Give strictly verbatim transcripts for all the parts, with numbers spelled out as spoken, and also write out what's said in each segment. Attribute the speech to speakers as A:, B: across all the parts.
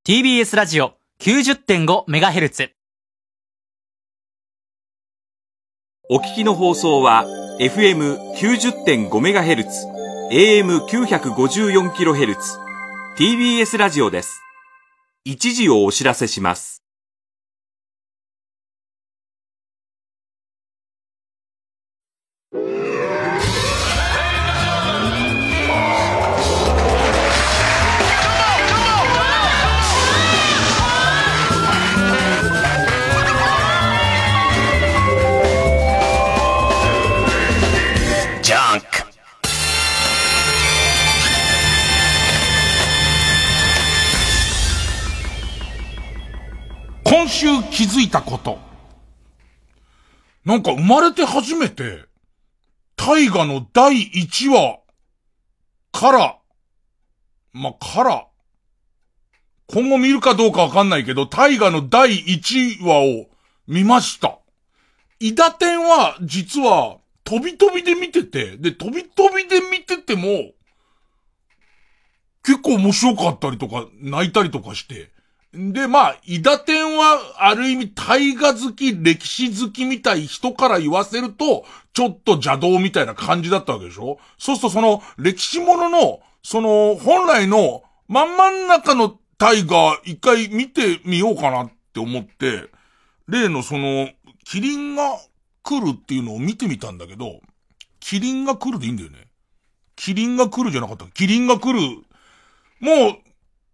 A: ティービーエス ラジオ きゅうじゅってんごメガヘルツ。
B: お聞きの放送は エフエムきゅうじゅってんごメガヘルツ、エーエムきゅうごよんキロヘルツ、ティービーエス ラジオです。一時をお知らせします。
C: 今週気づいたこと。なんか生まれて初めて、大河のだいいちわから、まあ、から、今後見るかどうかわかんないけど、大河のだいいちわを見ました。伊達天は実は飛び飛びで見てて、で、飛び飛びで見てても、結構面白かったりとか、泣いたりとかして、で、まあ、伊達天は、ある意味、大河好き、歴史好きみたい人から言わせると、ちょっと邪道みたいな感じだったわけでしょ？そうするとその、歴史ものの、その、本来の、真ん真ん中の大河、一回見てみようかなって思って、例のその、キリンが来るっていうのを見てみたんだけど、キリンが来るでいいんだよね。キリンが来るじゃなかった。キリンが来る。もう、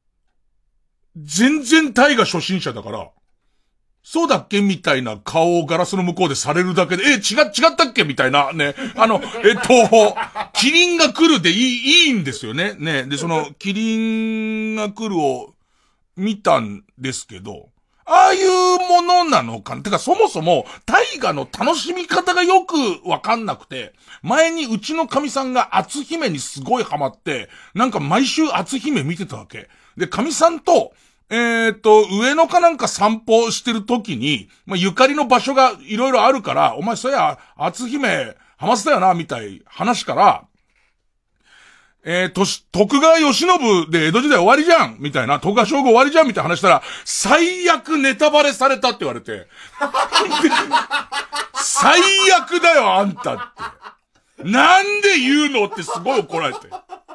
C: 全然大河初心者だから、そうだっけみたいな顔をガラスの向こうでされるだけで、え、違、違ったっけみたいな、ね。あの、えっと、キリンが来るでいい、いいんですよね。ね。で、その、キリンが来るを見たんですけど、ああいうものなのかな。てか、そもそも、大河の楽しみ方がよくわかんなくて、前にうちの神さんが篤姫にすごいハマって、なんか毎週篤姫見てたわけ。で、神さんと、えーっと、上野かなんか散歩してる時に、まあ、ゆかりの場所がいろいろあるから、お前そりゃ、篤姫、ハマってたよな、みたい話から、えー、とし、徳川慶喜で江戸時代終わりじゃんみたいな、徳川将軍終わりじゃんみたいな話したら、最悪ネタバレされたって言われて。最悪だよ、あんたって。なんで言うのってすごい怒られて。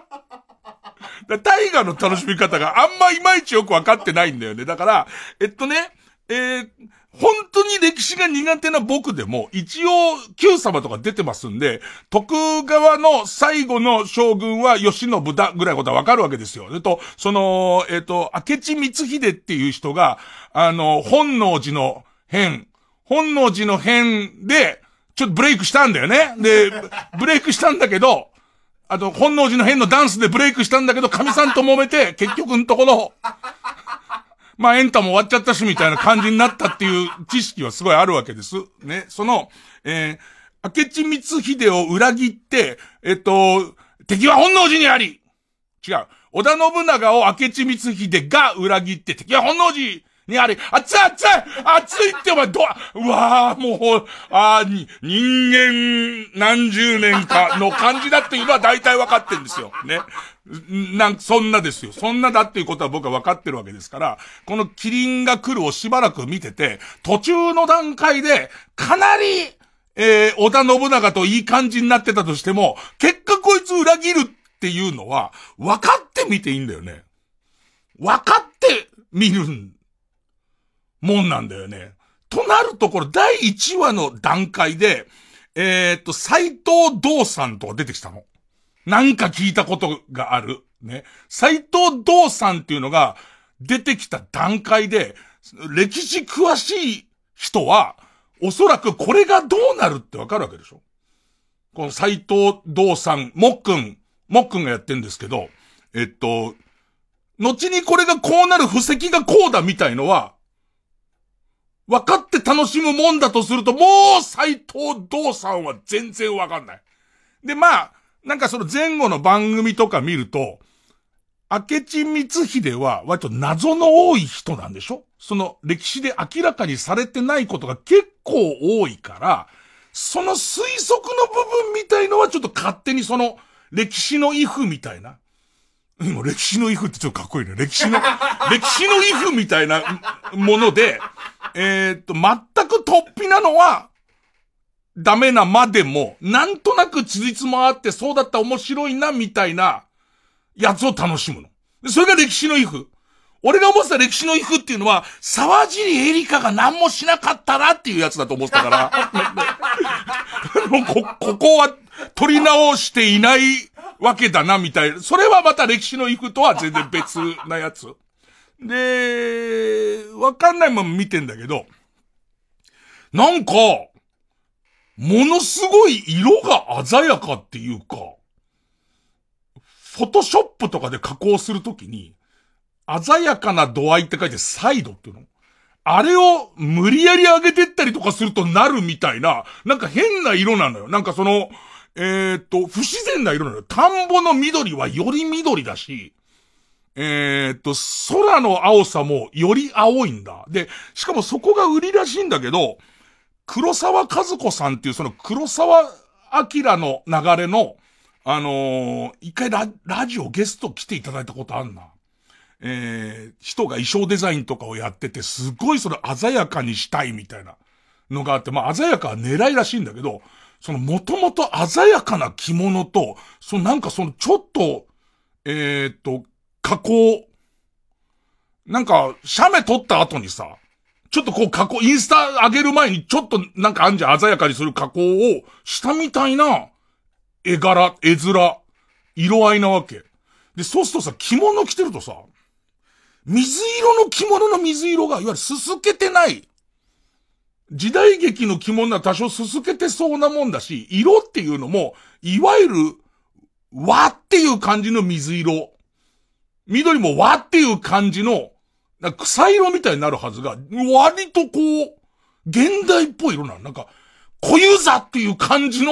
C: 大河の楽しみ方があんまいまいちよくわかってないんだよね。だから、えっとね、えー、本当に歴史が苦手な僕でも、一応、Q 様とか出てますんで、徳川の最後の将軍は慶喜だぐらいのことはわかるわけですよ。えっと、その、えっと、明智光秀っていう人が、あの、本能寺の変、本能寺の変で、ちょっとブレイクしたんだよね。で、ブレイクしたんだけど、あと、本能寺の変のダンスでブレイクしたんだけど、神さんと揉めて、結局のところ、まあ、エンタも終わっちゃったし、みたいな感じになったっていう知識はすごいあるわけです。ね。その、えー、明智光秀を裏切って、えっと、敵は本能寺にあり違う。織田信長を明智光秀が裏切って、敵は本能寺にあり、熱い熱い熱いってお前ど、うわーもう、あーに、人間何十年かの感じだっていうのは大体分かってるんですよ。ね。なん、そんなですよ。そんなだっていうことは僕は分かってるわけですから、このキリンが来るをしばらく見てて、途中の段階で、かなり、えー、織田信長といい感じになってたとしても、結果こいつ裏切るっていうのは、分かって見ていいんだよね。分かって見るもんなんだよね。となるところ、だいいちわの段階で、えー、っと、斎藤道さんとか出てきたの。なんか聞いたことがある。ね。斎藤道さんっていうのが出てきた段階で、歴史詳しい人は、おそらくこれがどうなるってわかるわけでしょ。この斎藤道さん、もっくん、もっくんがやってんですけど、えっと、後にこれがこうなる布石がこうだみたいのは、分かって楽しむもんだとすると、もう斎藤道さんは全然わかんない。で、まあ、なんかその前後の番組とか見ると、明智光秀は割と謎の多い人なんでしょ？その歴史で明らかにされてないことが結構多いから、その推測の部分みたいのはちょっと勝手にその歴史のイフみたいな。 今、歴史のイフってちょっとかっこいいね。歴史の、歴史のイフみたいなもので、えー、っと、全く突飛なのは、ダメなまでも、なんとなく事実もあって、そうだった面白いな、みたいな、やつを楽しむの。それが歴史のイフ。俺が思ってた歴史のイフっていうのは、沢尻エリカが何もしなかったらっていうやつだと思ってたから、こ、ここは取り直していないわけだな、みたいな。それはまた歴史のイフとは全然別なやつ。で、わかんないまま見てんだけど、なんか、ものすごい色が鮮やかっていうか、フォトショップとかで加工するときに、鮮やかな度合いって書いてサイドっていうの？あれを無理やり上げてったりとかするとなるみたいな、なんか変な色なのよ。なんかその、えーっと、不自然な色なのよ。田んぼの緑はより緑だし、えーっと、空の青さもより青いんだ。で、しかもそこが売りらしいんだけど、黒沢和子さんっていうその黒沢明の流れの、あのー、一回ラ、ラジオゲスト来ていただいたことあんな。えー、人が衣装デザインとかをやってて、すごいそれ鮮やかにしたいみたいなのがあって、まあ鮮やかは狙いらしいんだけど、そのもともと鮮やかな着物と、そのなんかそのちょっと、えーっと、加工、なんか、写メ撮った後にさ、ちょっとこう加工、インスタ上げる前にちょっとなんかあんじゃん鮮やかにする加工をしたみたいな絵柄、絵面、色合いなわけ。で、そうするとさ、着物着てるとさ、水色の着物の水色が、いわゆるすすけてない。時代劇の着物は多少すすけてそうなもんだし、色っていうのも、いわゆる、和っていう感じの水色。緑も和っていう感じの、なんか草色みたいになるはずが、割とこう、現代っぽい色なの。なんか、小遊三っていう感じの、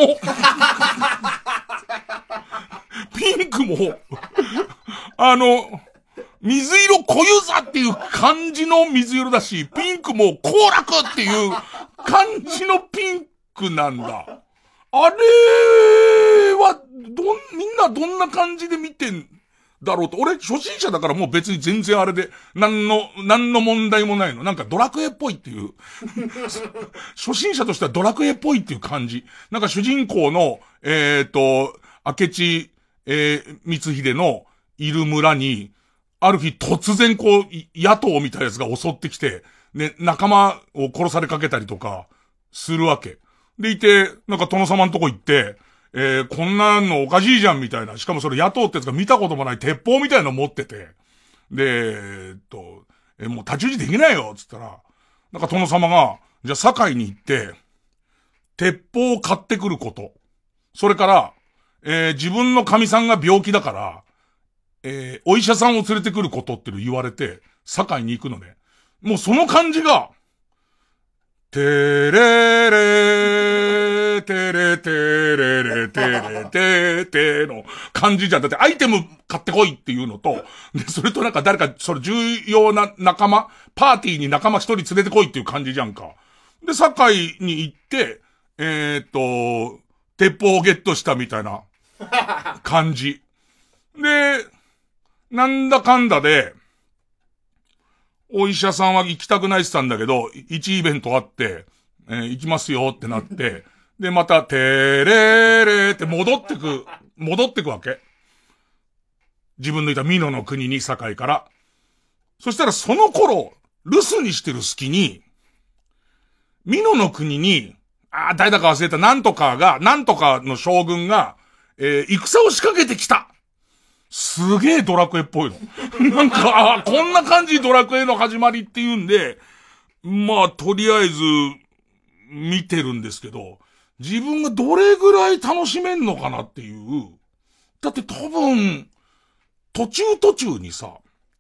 C: ピンクも、あの、水色小遊三っていう感じの水色だし、ピンクも幸楽っていう感じのピンクなんだ。あれは、どん、みんなどんな感じで見てんだろうと。俺、初心者だからもう別に全然あれで、なんの、なんの問題もないの。なんかドラクエっぽいっていう。初心者としてはドラクエっぽいっていう感じ。なんか主人公の、えっと、明智、えー、光秀のいる村に、ある日突然こう、野党みたいなやつが襲ってきて、ね、仲間を殺されかけたりとか、するわけ。でいて、なんか殿様のとこ行って、えー、こんなのおかしいじゃんみたいな。しかもそれ野党ってやつが見たこともない鉄砲みたいなの持ってて。で、えー、っと、えー、もう太刀打ちできないよつったら、なんか殿様が、じゃあ堺に行って、鉄砲を買ってくること。それから、えー、自分の神さんが病気だから、えー、お医者さんを連れてくることって言われて、堺に行くのね。もうその感じが、てれれ、てれてれれ、てれてての感じじゃん。だってアイテム買ってこいっていうのと、で、それとなんか誰か、それ重要な仲間、パーティーに仲間一人連れてこいっていう感じじゃんか。で、堺に行って、えー、っと、鉄砲をゲットしたみたいな感じ。で、なんだかんだで、お医者さんは行きたくないって言ったんだけど、一イベントあって、えー、行きますよってなって、で、また、てれれって戻ってく、戻ってくわけ。自分のいた美濃の国に堺から。そしたらその頃、留守にしてる隙に、美濃の国に、ああ、誰だか忘れた、なんとかが、なんとかの将軍が、えー、戦を仕掛けてきた。すげえドラクエっぽいの。なんか、あ、こんな感じドラクエの始まりっていうんで、まあ、とりあえず、見てるんですけど、自分がどれぐらい楽しめんのかなっていう。だって多分、途中途中にさ、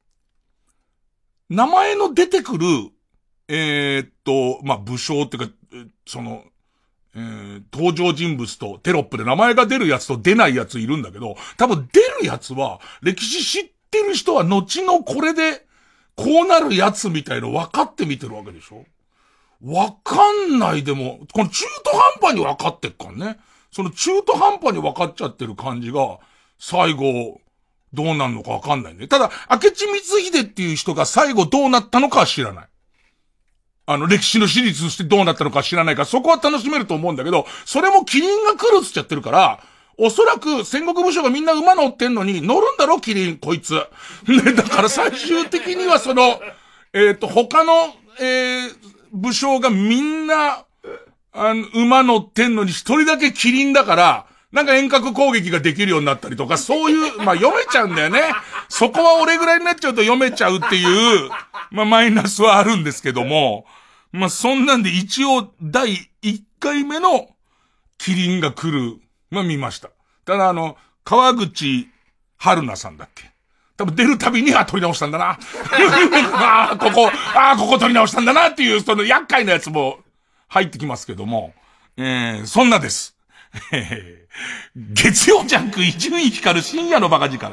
C: 名前の出てくる、えー、っと、まあ、武将っていうか、その、えー、登場人物とテロップで名前が出るやつと出ないやついるんだけど、多分出るやつは、歴史知ってる人は後のこれで、こうなるやつみたいの分かって見てるわけでしょ？分かんないでも、この中途半端に分かってっからね。その中途半端に分かっちゃってる感じが、最後、 どうなるのかわかんないね。ただ、明智光秀っていう人が最後どうなったのかは知らない。あの、歴史の史実としてどうなったのか知らないから、そこは楽しめると思うんだけど、それもキリンが来るっつっちゃってるから、おそらく戦国武将がみんな馬乗ってんのに乗るんだろ、キリン、こいつ。ね、だから最終的にはその、えっと、他の、えー、武将がみんな、あの、馬乗ってんのに一人だけキリンだから、なんか遠隔攻撃ができるようになったりとか、そういう、まあ、読めちゃうんだよね。そこは俺ぐらいになっちゃうと読めちゃうっていう、まあ、マイナスはあるんですけども、まあ、そんなんで一応、だいいっかいめのキリンが来る、まあ、見ました。ただ、あの、川口春奈さんだっけ。多分出るたびに、あ、撮り直したんだな。ああ、ここ、ああ、ここ撮り直したんだなっていう、その厄介なやつも入ってきますけども、えー、そんなです。月曜ジャンク伊集院光る深夜のバカ力。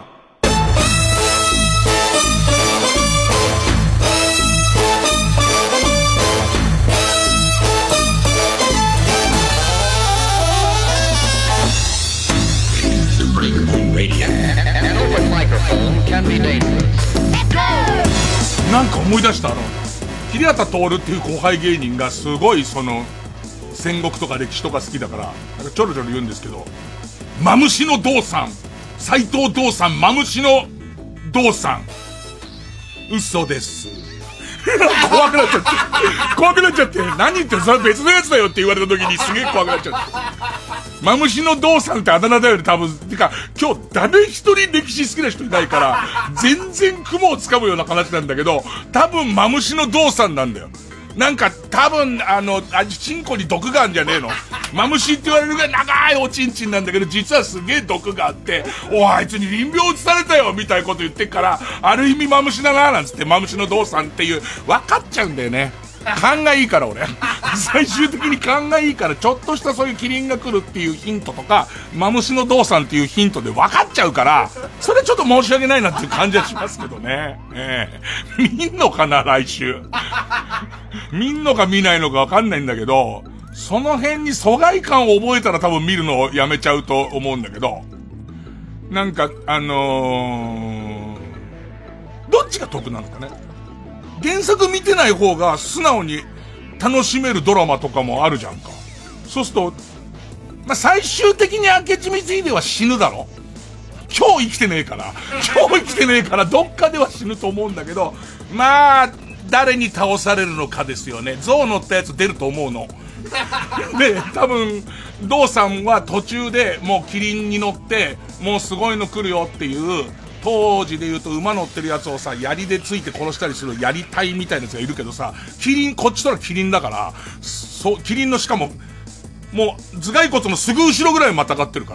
C: なんか思い出した、あの桐畑徹っていう後輩芸人がすごいその戦国とか歴史とか好きだからなんかちょろちょろ言うんですけど、マムシの道さん、斎藤道さん、マムシの道さん、嘘です怖くなっちゃって怖くなっちゃって、何言ってんの、それ別のやつだよって言われた時にすげえ怖くなっちゃって、マムシの道さんってあだ名だよね、多分。てか、今日誰一人歴史好きな人いないから、全然雲をつかむような話なんだけど、多分マムシの道さんなんだよ。なんか、多分、あの、あ、チンコに毒があるんじゃねえの。マムシって言われるぐらい長いおちんちんなんだけど、実はすげえ毒があって、おあいつに臨病移されたよみたいなこと言ってっから、ある意味マムシだななんつって、マムシの道さんっていう、分かっちゃうんだよね。勘がいいから俺最終的に勘がいいから、ちょっとしたそういうキリンが来るっていうヒントとか、マムシの道さんっていうヒントで分かっちゃうから、それちょっと申し訳ないなっていう感じはしますけどね。ええ見んのかな来週見んのか見ないのか分かんないんだけど、その辺に疎外感を覚えたら多分見るのをやめちゃうと思うんだけど、なんかあのー、どっちが得なのかね。原作見てない方が素直に楽しめるドラマとかもあるじゃんか。そうすると、まあ、最終的に明智光秀は死ぬだろ。今日生きてねえから。今日生きてねえからどっかでは死ぬと思うんだけど、まあ、誰に倒されるのかですよね。象乗ったやつ出ると思うの。で、多分、道さんは途中でもうキリンに乗って、もうすごいの来るよっていう、当時で言うと馬乗ってるやつをさ、槍でついて殺したりする槍隊みたいなやつがいるけどさ、キリン、こっちとらキリンだから、そう、キリンのしかも、もう、頭蓋骨のすぐ後ろぐらいまたがってるから、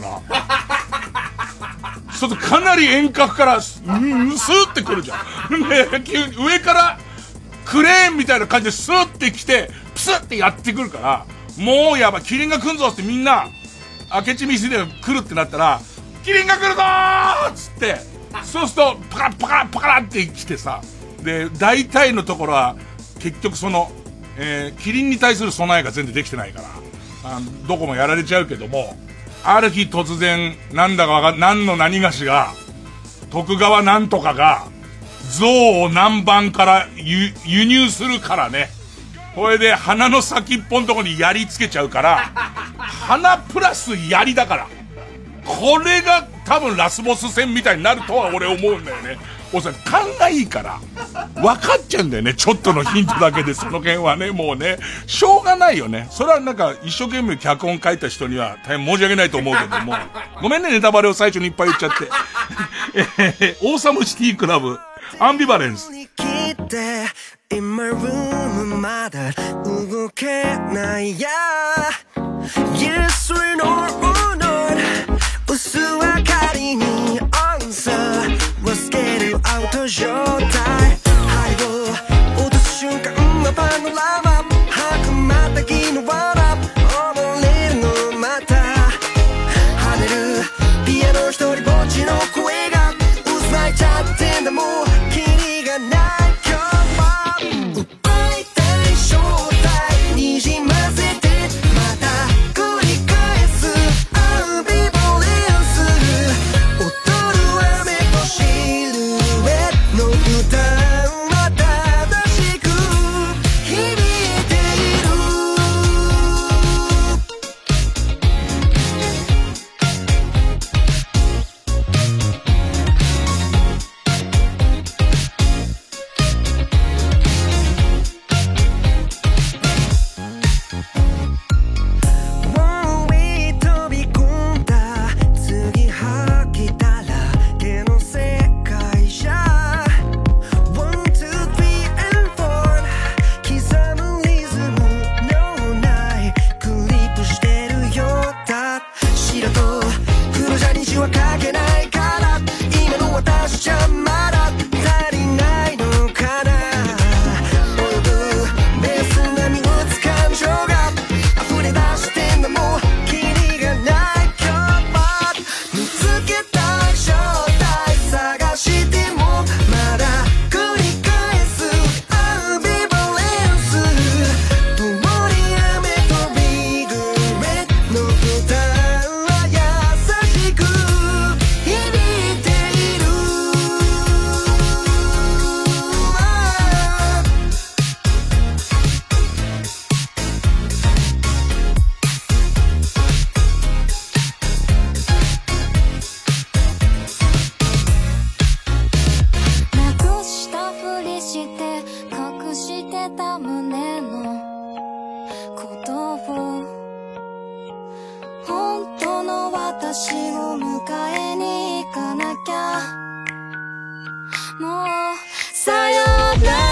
C: そうするとかなり遠隔から、うん、スーって来るじゃん。で、上から、クレーンみたいな感じでスーって来て、プスってやってくるから、もうやばい、キリンが来んぞってみんな、明智光秀が来るってなったら、キリンが来るぞーっつって、そうするとパカッパカッパカッって来てさ、で大体のところは結局その、えー、キリンに対する備えが全然できてないから、あのどこもやられちゃうけども、ある日突然なんだかわかん何の何がしが徳川なんとかが象を南蛮から輸入するからね。これで鼻の先っぽのとこに槍つけちゃうから、鼻プラス槍だから、これが多分ラスボス戦みたいになるとは俺思うんだよね。おそらく勘がいいから分かっちゃうんだよね。ちょっとのヒントだけでその辺はね、もうね、しょうがないよね。それはなんか一生懸命脚本書いた人には大変申し訳ないと思うけども、ごめんね、ネタバレを最初にいっぱい言っちゃってえー、オーサムシティクラブアンビバレンス。今ルームまだ動けないや Yes or no or not 薄明かりにアンサーはスケールアウト状態背後落とす瞬間はパノラマ吐くまたぎのワラ溺れるのまた跳ねるピアノ一人ぼっちの声が渦巻いちゃってんだもうキリがないし
D: で隠してた胸のことを本当の私を迎えに行かなきゃもうさよなら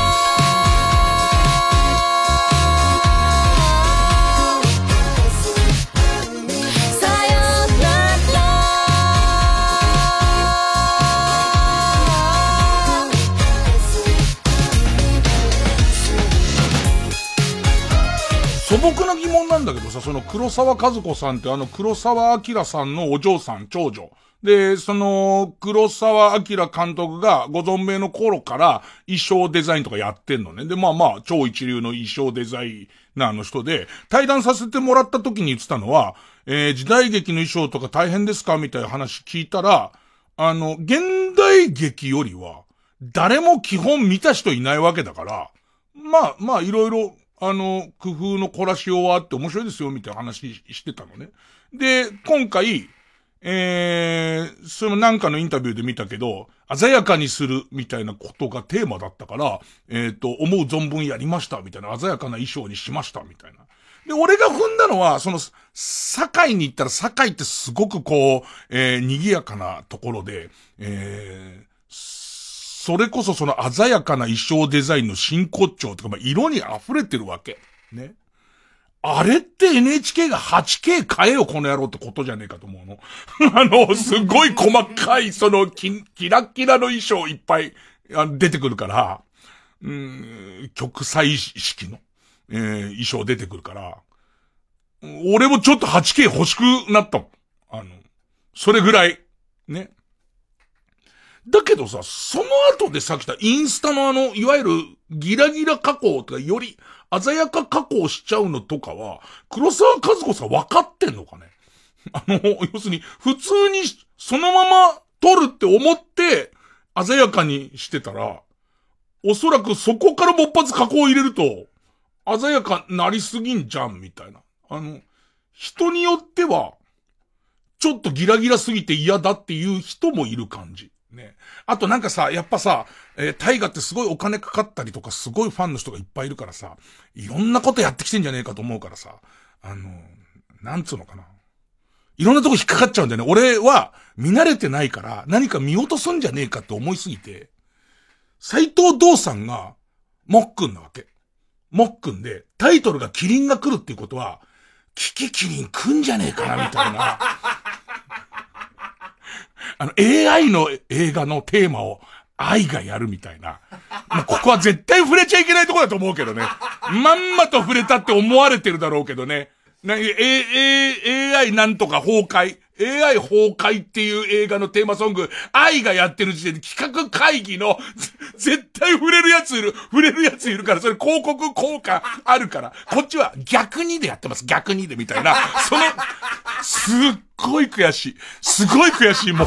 C: 素朴な疑問なんだけどさ、その黒沢和子さんってあの黒沢明さんのお嬢さん、長女。で、その黒沢明監督がご存命の頃から衣装デザインとかやってんのね。で、まあまあ超一流の衣装デザイナーの人で、対談させてもらった時に言ってたのは、えー、時代劇の衣装とか大変ですかみたいな話聞いたら、あの、現代劇よりは誰も基本見た人いないわけだから、まあまあいろいろあの、工夫の凝らしようはあって面白いですよ、みたいな話してたのね。で、今回、えー、それもなんかのインタビューで見たけど、鮮やかにするみたいなことがテーマだったから、えっと、思う存分やりました、みたいな、鮮やかな衣装にしました、みたいな。で、俺が踏んだのは、その、堺に行ったら堺ってすごくこう、えー、賑やかなところで、えー、それこそその鮮やかな衣装デザインの真骨頂とか、まあ、色に溢れてるわけ。ね。あれって エヌエイチケー が はちケー 変えよこの野郎ってことじゃねえかと思うの。あの、すごい細かい、そのキ、キラキラの衣装いっぱい出てくるから、うーん、極彩式の、えー、衣装出てくるから、俺もちょっと はちケー 欲しくなったもん。あの、それぐらい。ね。だけどさ、その後でさっき言ったインスタのあの、いわゆるギラギラ加工とかより鮮やか加工しちゃうのとかは、黒沢和子さん分かってんのかね。あの、要するに、普通にそのまま撮るって思って、鮮やかにしてたら、おそらくそこから勃発加工を入れると、鮮やかなりすぎんじゃん、みたいな。あの、人によっては、ちょっとギラギラすぎて嫌だっていう人もいる感じ。ね。あとなんかさ、やっぱさ、えー、大河ってすごいお金かかったりとか、すごいファンの人がいっぱいいるからさ、いろんなことやってきてんじゃねえかと思うからさ、あの、なんつうのかな。いろんなとこ引っかかっちゃうんだよね。俺は見慣れてないから何か見落とすんじゃねえかって思いすぎて、斎藤道さんがもっくんなわけ。もっくんで、タイトルがキリンが来るっていうことは、キキキリン来んじゃねえかなみたいな。あの エーアイ の映画のテーマを愛がやるみたいな。まあ、ここは絶対触れちゃいけないところだと思うけどね。まんまと触れたって思われてるだろうけどね。な、え、え、エーアイ なんとか崩壊。エーアイ 崩壊っていう映画のテーマソング、愛がやってる時点で企画会議の、絶対触れるやついる、触れるやついるから、それ広告効果あるから、こっちは逆にでやってます、逆にでみたいな。その、すっごい悔しい。すごい悔しい、もう。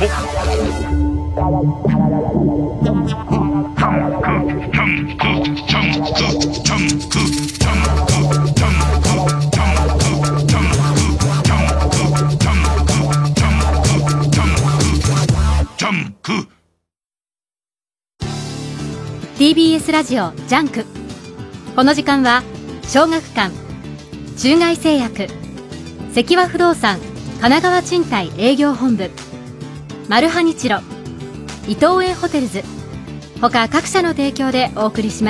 E: ティービーエス ラジオジャンク。この時間は小学館、中外製薬、関和不動産神奈川賃貸営業本部、マルハニチロ、伊東園ホテルズ他各社の提供でお送りします。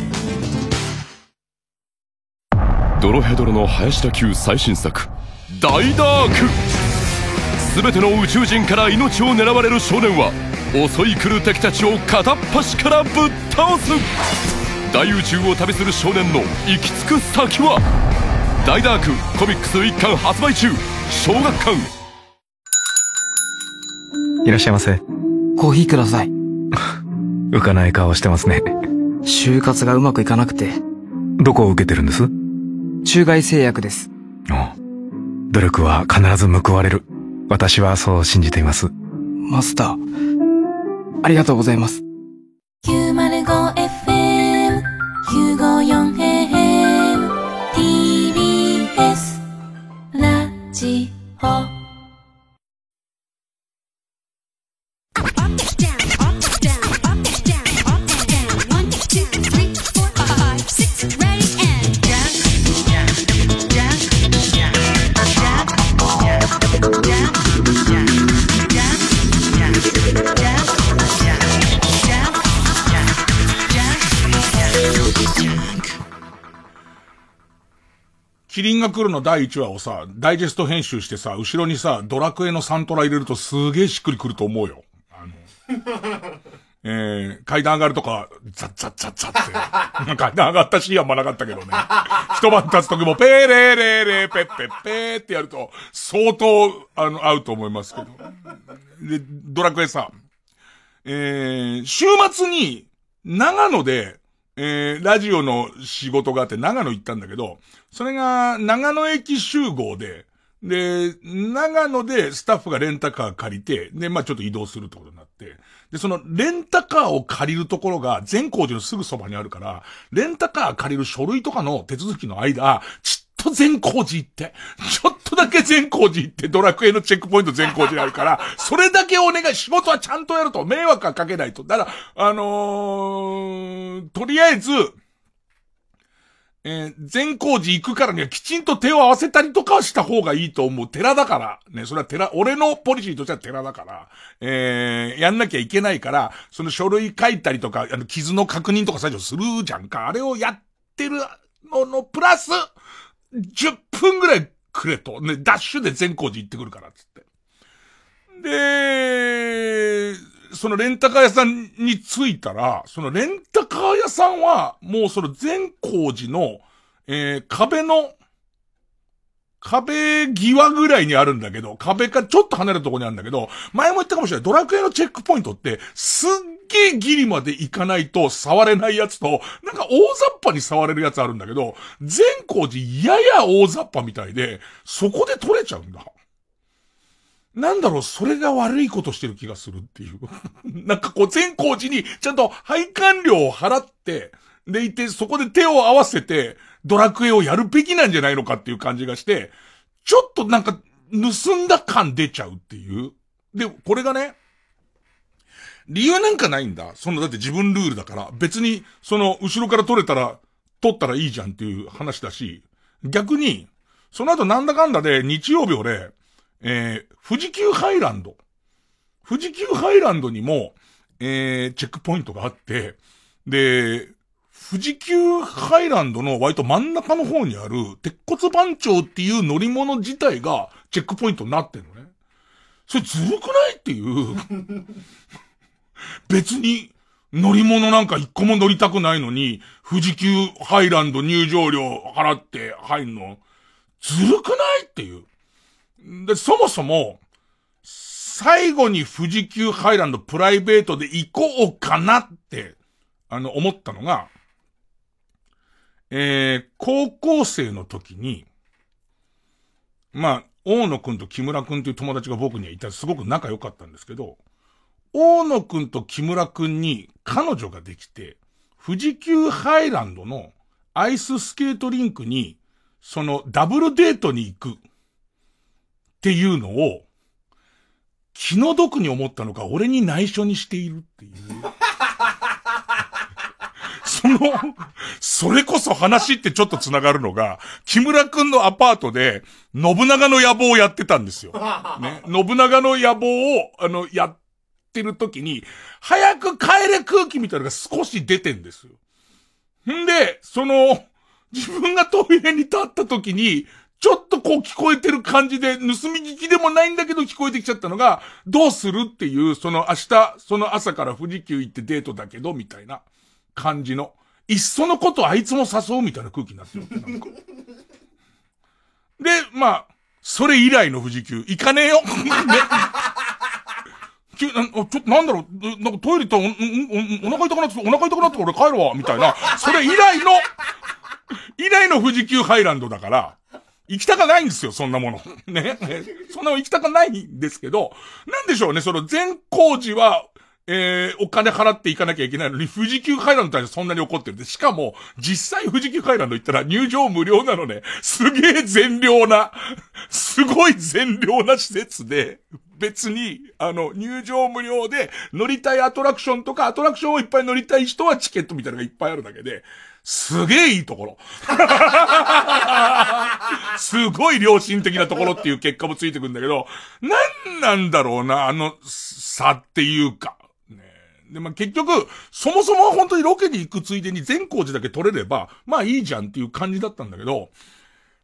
F: ドロヘドロの林田級最新作大ダーク。全ての宇宙人から命を狙われる少年は襲い来る敵たちを片っ端からぶっ倒す。大宇宙を旅する少年の行き着く先は。大ダークコミックスいっかん発売中。小学館。
G: いらっしゃいませ。
H: コーヒーください。
G: 浮かない顔してますね。
H: 就活がうまくいかなくて。
G: どこを受けてるんです？
H: 中外製薬です。
G: おう、努力は必ず報われる。私はそう信じています。
H: マスター、ありがとうございます。
D: きゅうまるごエフエム きゅうごよんエーエム ティービーエス ラジオ。
C: キリンが来るのだいいちわをさ、ダイジェスト編集してさ、後ろにさ、ドラクエのサントラ入れるとすげえしっくりくると思うよ。あの、えー、階段上がるとか、ザッザッザッザッって。階段上がったシーンはまなかったけどね。一晩経つときも、ペーレーレーレーペッペッペーってやると、相当、あの、合うと思いますけど。で、ドラクエさ、えー、週末に、長野で、えー、ラジオの仕事があって長野行ったんだけど、それが長野駅集合で、で、長野でスタッフがレンタカー借りて、で、まあちょっと移動するってことになって、で、そのレンタカーを借りるところが善光寺のすぐそばにあるから、レンタカー借りる書類とかの手続きの間、ちっと善光寺行って、ちょっとだけ善光寺行ってドラクエのチェックポイント善光寺にあるから、それだけお願い、仕事はちゃんとやると、迷惑はかけないと。だから、あのー、とりあえず、えー、善光寺行くからにはきちんと手を合わせたりとかはした方がいいと思う。寺だから。ね、それは寺、俺のポリシーとしては寺だから。えー、やんなきゃいけないから、その書類書いたりとか、あの、傷の確認とか最初するじゃんか。あれをやってるののプラス、じゅっぷんぐらいくれと。ね、ダッシュで善光寺行ってくるから、つって。で、そのレンタカー屋さんに着いたら、そのレンタカー屋さんは、もうその善光寺の、えー、壁の、壁際ぐらいにあるんだけど、壁からちょっと離れたところにあるんだけど、前も言ったかもしれない。ドラクエのチェックポイントって、すっげえギリまで行かないと触れないやつと、なんか大雑把に触れるやつあるんだけど、善光寺やや大雑把みたいで、そこで取れちゃうんだ。なんだろう、それが悪いことしてる気がするっていう。なんかこう、善光寺にちゃんと配管料を払って、でいて、そこで手を合わせて、ドラクエをやるべきなんじゃないのかっていう感じがして、ちょっとなんか、盗んだ感出ちゃうっていう。で、これがね、理由なんかないんだ。その、だって自分ルールだから、別に、その、後ろから取れたら、取ったらいいじゃんっていう話だし、逆に、その後なんだかんだで日曜日俺、えー、富士急ハイランド。富士急ハイランドにも、えー、チェックポイントがあって、で、富士急ハイランドの割と真ん中の方にある、鉄骨番長っていう乗り物自体がチェックポイントになってんのね。それずるくないっていう。別に乗り物なんか一個も乗りたくないのに、富士急ハイランド入場料払って入んの、ずるくないっていう。で、そもそも、最後に富士急ハイランドプライベートで行こうかなって、あの、思ったのが、えー、高校生の時に、まあ、大野くんと木村くんという友達が僕にはいた、すごく仲良かったんですけど、大野くんと木村くんに彼女ができて、富士急ハイランドのアイススケートリンクに、そのダブルデートに行くっていうのを、気の毒に思ったのか、俺に内緒にしているっていう。その、それこそ話ってちょっと繋がるのが、木村くんのアパートで、信長の野望をやってたんですよ。ね。信長の野望を、あの、やってる時に、早く帰れ空気みたいなのが少し出てんですよ。んで、その、自分がトイレに立った時に、ちょっとこう聞こえてる感じで、盗み聞きでもないんだけど聞こえてきちゃったのが、どうするっていう、その明日、その朝から富士急行ってデートだけど、みたいな感じの、いっそのことあいつも誘うみたいな空気になってるわけ、なんか。で、まあ、それ以来の富士急、行かねえよ。ね。ちょっとなんだろう、なんかトイレ行ったらお、お、お腹痛くなって、お腹痛くなって俺帰るわ、みたいな。それ以来の、以来の富士急ハイランドだから、行きたかないんですよ、そんなもの。ね。そんなの行きたかないんですけど、なんでしょうね、その善光寺は、えー、お金払って行かなきゃいけないのに、富士急ハイランドに対してそんなに怒ってるんで、しかも、実際富士急ハイランド行ったら入場無料なのね。すげえ善良な、すごい善良な施設で、別に、あの、入場無料で乗りたいアトラクションとか、アトラクションをいっぱい乗りたい人はチケットみたいなのがいっぱいあるだけで、すげえいいところ。すごい良心的なところっていう結果もついてくるんだけど、なんなんだろうな、あの差っていうか。ね、で、まあ、結局、そもそもは本当にロケに行くついでに善光寺だけ取れれば、まあいいじゃんっていう感じだったんだけど、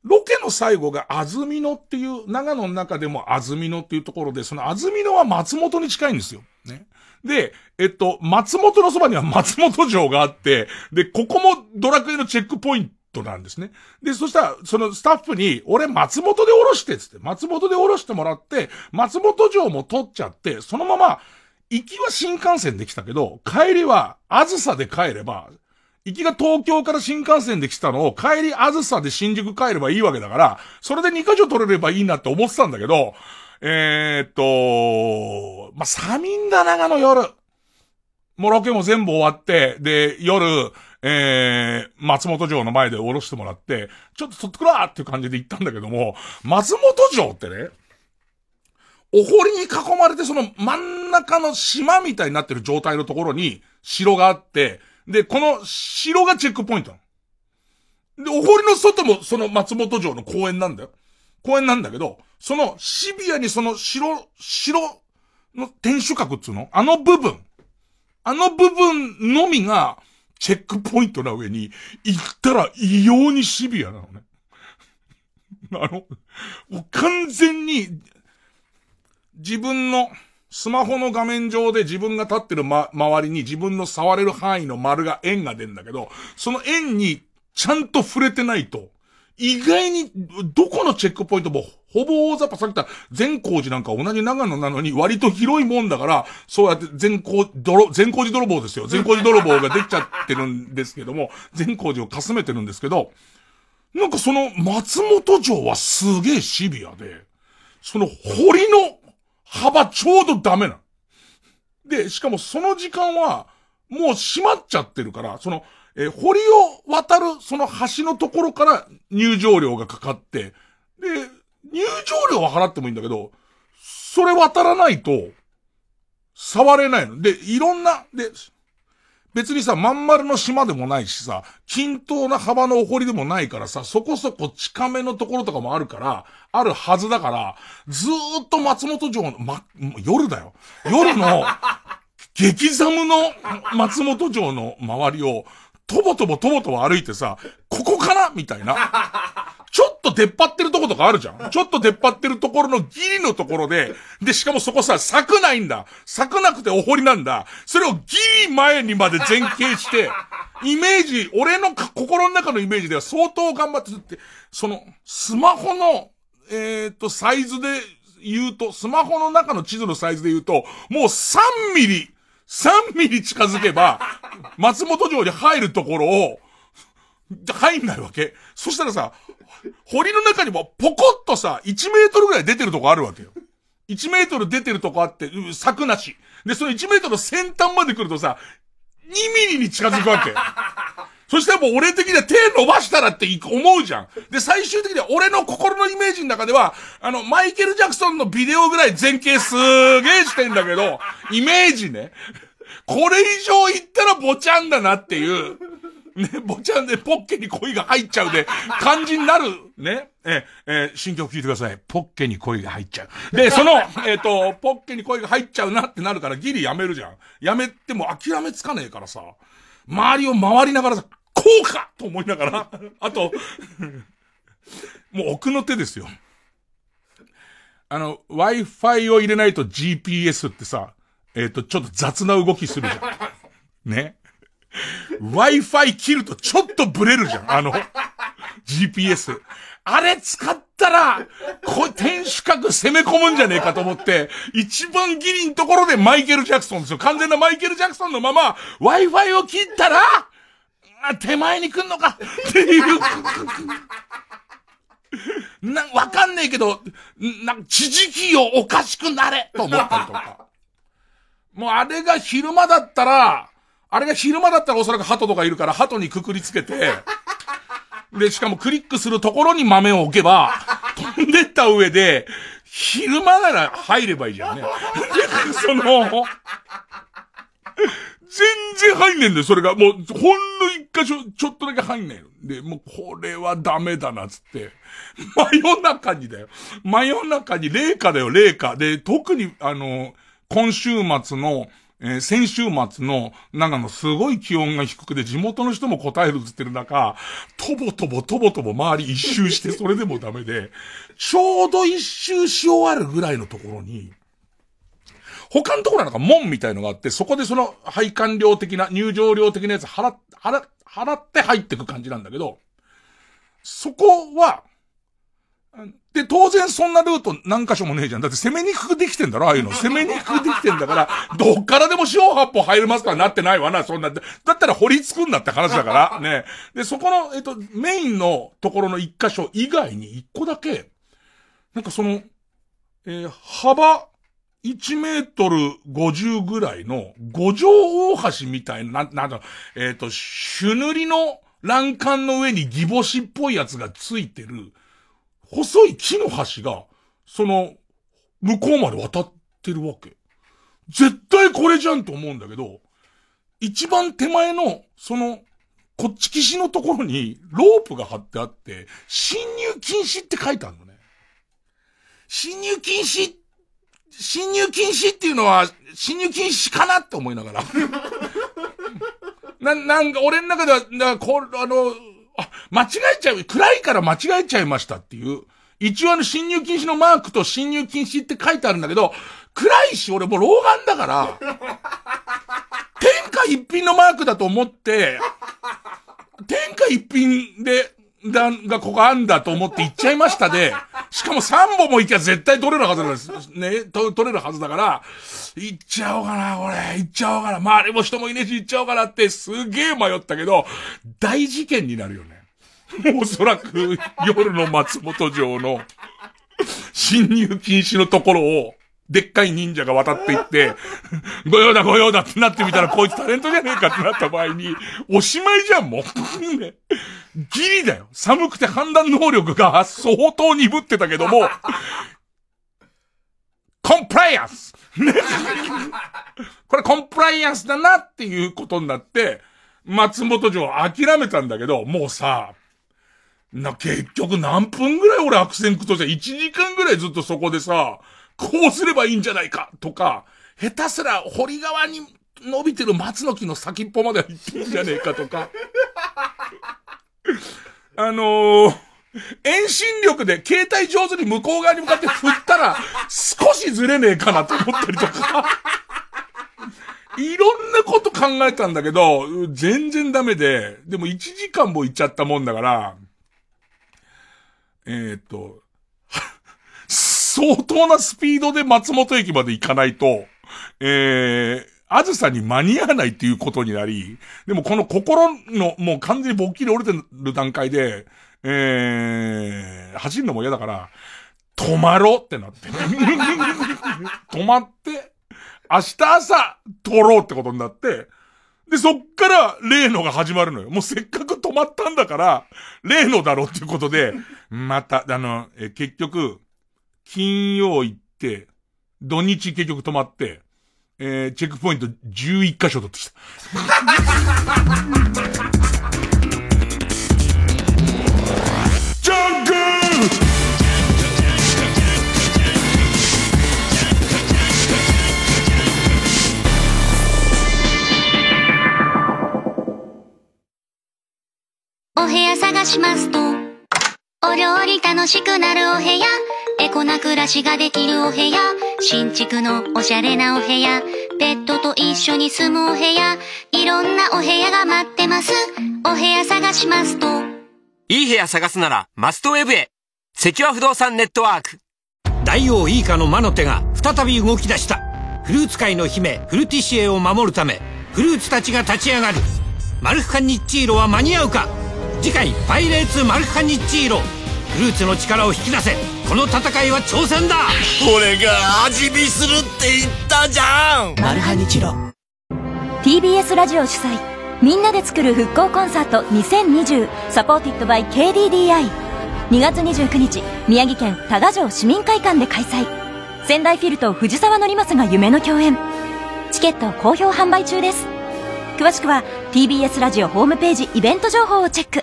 C: ロケの最後が安曇野っていう、長野の中でも安曇野っていうところで、その安曇野は松本に近いんですよ。ね。で、えっと、松本のそばには松本城があって、で、ここもドラクエのチェックポイントなんですね。で、そしたら、そのスタッフに、俺松本で降ろしてつって、松本で降ろしてもらって、松本城も取っちゃって、そのまま、行きは新幹線で来たけど、帰りは、あずさで帰れば、行きが東京から新幹線で来たのを、帰りあずさで新宿帰ればいいわけだから、それでにかしょ取れればいいなって思ってたんだけど、えーっと、まあ、寒いんだ長野夜。もうロケも全部終わって、で、夜、えー、松本城の前で降ろしてもらって、ちょっと取ってくらーっていう感じで行ったんだけども、松本城ってね、お堀に囲まれてその真ん中の島みたいになってる状態のところに城があって、で、この城がチェックポイントなの。で、お堀の外もその松本城の公園なんだよ。公園なんだけど、そのシビアにその城、城の天守閣っつうの？あの部分。あの部分のみがチェックポイントな上に、行ったら異様にシビアなのね。あの、もう完全に、自分のスマホの画面上で自分が立ってるま、周りに自分の触れる範囲の丸が円が出るんだけど、その円にちゃんと触れてないと、意外にどこのチェックポイントもほぼ大雑把、さっき言った善光寺なんか同じ長野なのに割と広いもんだから、そうやって善光、泥、善光寺泥棒ですよ。善光寺泥棒ができちゃってるんですけども、善光寺をかすめてるんですけど、なんかその松本城はすげえシビアで、その堀の幅ちょうどダメなの。で、しかもその時間はもう閉まっちゃってるから、その、えー、堀を渡るその橋のところから入場料がかかって、で、入場料は払ってもいいんだけど、それ渡らないと触れないの。で、いろんな、で、別にさ、まん丸の島でもないしさ、均等な幅のお堀でもないからさ、そこそこ近めのところとかもあるから、あるはずだから、ずーっと松本城の、ま、夜だよ。夜の、激寒の松本城の周りを、とぼとぼとぼとぼ歩いてさ、ここかなみたいな。ちょっと出っ張ってるとことかあるじゃん。ちょっと出っ張ってるところのギリのところで、で、しかもそこさ、咲くないんだ。咲くなくてお堀なんだ。それをギリ前にまで前傾して、イメージ、俺の心の中のイメージでは相当頑張ってって、その、スマホの、えーっと、サイズで言うと、スマホの中の地図のサイズで言うと、もうさんミリ、さんミリ近づけば、松本城に入るところを、入んないわけ。そしたらさ、堀の中にもポコッとさ、いちメートルぐらい出てるとこあるわけよ。いちメートル出てるとこあって、柵なし。で、そのいちメートルの先端まで来るとさ、にミリに近づくわけ。そしたらもう俺的には手伸ばしたらって思うじゃん。で、最終的には俺の心のイメージの中では、あの、マイケル・ジャクソンのビデオぐらい前傾すーげーしてんだけど、イメージね。これ以上言ったらボチャンだなっていう。ね、ボチャンでポッケに恋が入っちゃうで、感じになる。ね。え、え、新曲聴いてください。ポッケに恋が入っちゃう。で、その、えっと、ポッケに恋が入っちゃうなってなるからギリやめるじゃん。やめても諦めつかねえからさ、周りを回りながらさ、こうかと思いながら、あと、もう奥の手ですよ。あの、Wi-Fi を入れないと ジーピーエス ってさ、えっと、ちょっと雑な動きするじゃん。ね。Wi-Fi 切るとちょっとブレるじゃん。あの、ジーピーエス。あれ使ったら、これ天守閣攻め込むんじゃねえかと思って、一番ギリのところでマイケル・ジャクソンですよ。完全なマイケル・ジャクソンのまま、Wi-Fi を切ったら、手前に来んのかっていう。な、わかんねえけど、な、地磁気をおかしくなれと思ったりとか。もうあれが昼間だったら、あれが昼間だったらおそらく鳩とかいるから鳩にくくりつけて、で、しかもクリックするところに豆を置けば、飛んでった上で、昼間なら入ればいいじゃんね。その、全然入んねえんだよ、それが。もう、ほんの一箇所、ちょっとだけ入んないの。で、もうこれはダメだな、つって。真夜中にだよ。真夜中に、冷夏だよ、冷夏。で、特に、あの、今週末の、 えー、先週末の、長野すごい気温が低くて地元の人も答えるって言ってる中、とぼとぼとぼとぼ周り一周してそれでもダメで、ちょうど一周し終わるぐらいのところに、他のところはなんか門みたいのがあって、そこでその配管料的な、入場料的なやつ払、払、払って入ってく感じなんだけど、そこは、で、当然そんなルート何箇所もねえじゃん。だって攻めにくくできてんだろ、ああいうの。攻めにくくできてんだから、どっからでも四方八方入れますからなってないわな、そんな。だったら掘り作んなって話だから、ね。で、そこの、えっと、メインのところの一箇所以外に一個だけ、なんかその、えー、幅いちメートルごじゅうぐらいの五条大橋みたいな、な、なんだ、えっと、朱塗りの欄干の上にギボシっぽいやつがついてる、細い木の橋が、その、向こうまで渡ってるわけ。絶対これじゃんと思うんだけど、一番手前の、その、こっち岸のところに、ロープが張ってあって、侵入禁止って書いてあるのね。侵入禁止、侵入禁止っていうのは、侵入禁止かなって思いながら。な、なんか、俺の中では、なこれ、あの、あ、間違えちゃう、暗いから間違えちゃいましたっていう。一応あの侵入禁止のマークと侵入禁止って書いてあるんだけど、暗いし俺もう老眼だから、天下一品のマークだと思って、天下一品で、だ、がここあんだと思って行っちゃいましたで、しかも三本も行きゃ絶対取れるはずなんです。ね、と取れるはずだから、行っちゃおうかな、これ。行っちゃおうかな。周りも人もいねえし行っちゃおうかなってすげえ迷ったけど、大事件になるよね。おそらく夜の松本城の侵入禁止のところを、でっかい忍者が渡っていって、ご用だご用だってなってみたらこいつタレントじゃねえかってなった場合に、おしまいじゃんもう。ね、ギリだよ。寒くて判断能力が相当鈍ってたけども、コンプライアンスね、これコンプライアンスだなっていうことになって、松本城諦めたんだけど、もうさ、な、結局何分ぐらい俺悪戦苦闘して、いちじかんぐらいずっとそこでさ、こうすればいいんじゃないかとか、下手すら堀川に伸びてる松の木の先っぽまで行っていいんじゃねえかとか。あのー、遠心力で携帯上手に向こう側に向かって振ったら少しずれねえかなと思ったりとか。いろんなこと考えたんだけど、全然ダメで、でもいちじかんも行っちゃったもんだから、えーっと、相当なスピードで松本駅まで行かないと、えー、あずさに間に合わないっていうことになり、でもこの心のもう完全にぼっきり折れてる段階で、えー、走るのも嫌だから、止まろうってなって。止まって、明日朝撮ろうってことになって、で、そっから例のが始まるのよ。もうせっかく止まったんだから、例のだろうっていうことで、また、あの、え結局、金曜行って、土日結局泊まって、えー、チェックポイントじゅういっかしょ取ってきた。ジャンク
I: お部屋探しますと、お料理楽しくなるお部屋、エコな暮らしができるお部屋、新築のおしゃれなお部屋、ペットと一緒に住むお部屋、いろんなお部屋が待ってます。お部屋探しますと、
J: いい部屋探すならマストウェブへ。セキュア不動産ネットワーク。
K: 大王イーカの魔の手が再び動き出した。フルーツ界の姫フルティシエを守るため、フルーツたちが立ち上がる。マルフカニッチーロは間に合うか。次回パイレーツマルフカニッチーロ、フルーツの力を引き出せ。この戦いは挑戦だ。
L: 俺が味見するって言ったじゃん。マルハニチロ。
M: ティービーエス ラジオ主催、みんなで作る復興コンサートにせんにじゅう、サポーティッドバイ ケーディーディーアイ。 にがつにじゅうくにち、宮城県多賀城市民会館で開催。仙台フィルと藤沢典正が夢の共演。チケット好評販売中です。詳しくは ティービーエス ラジオホームページイベント情報をチェック。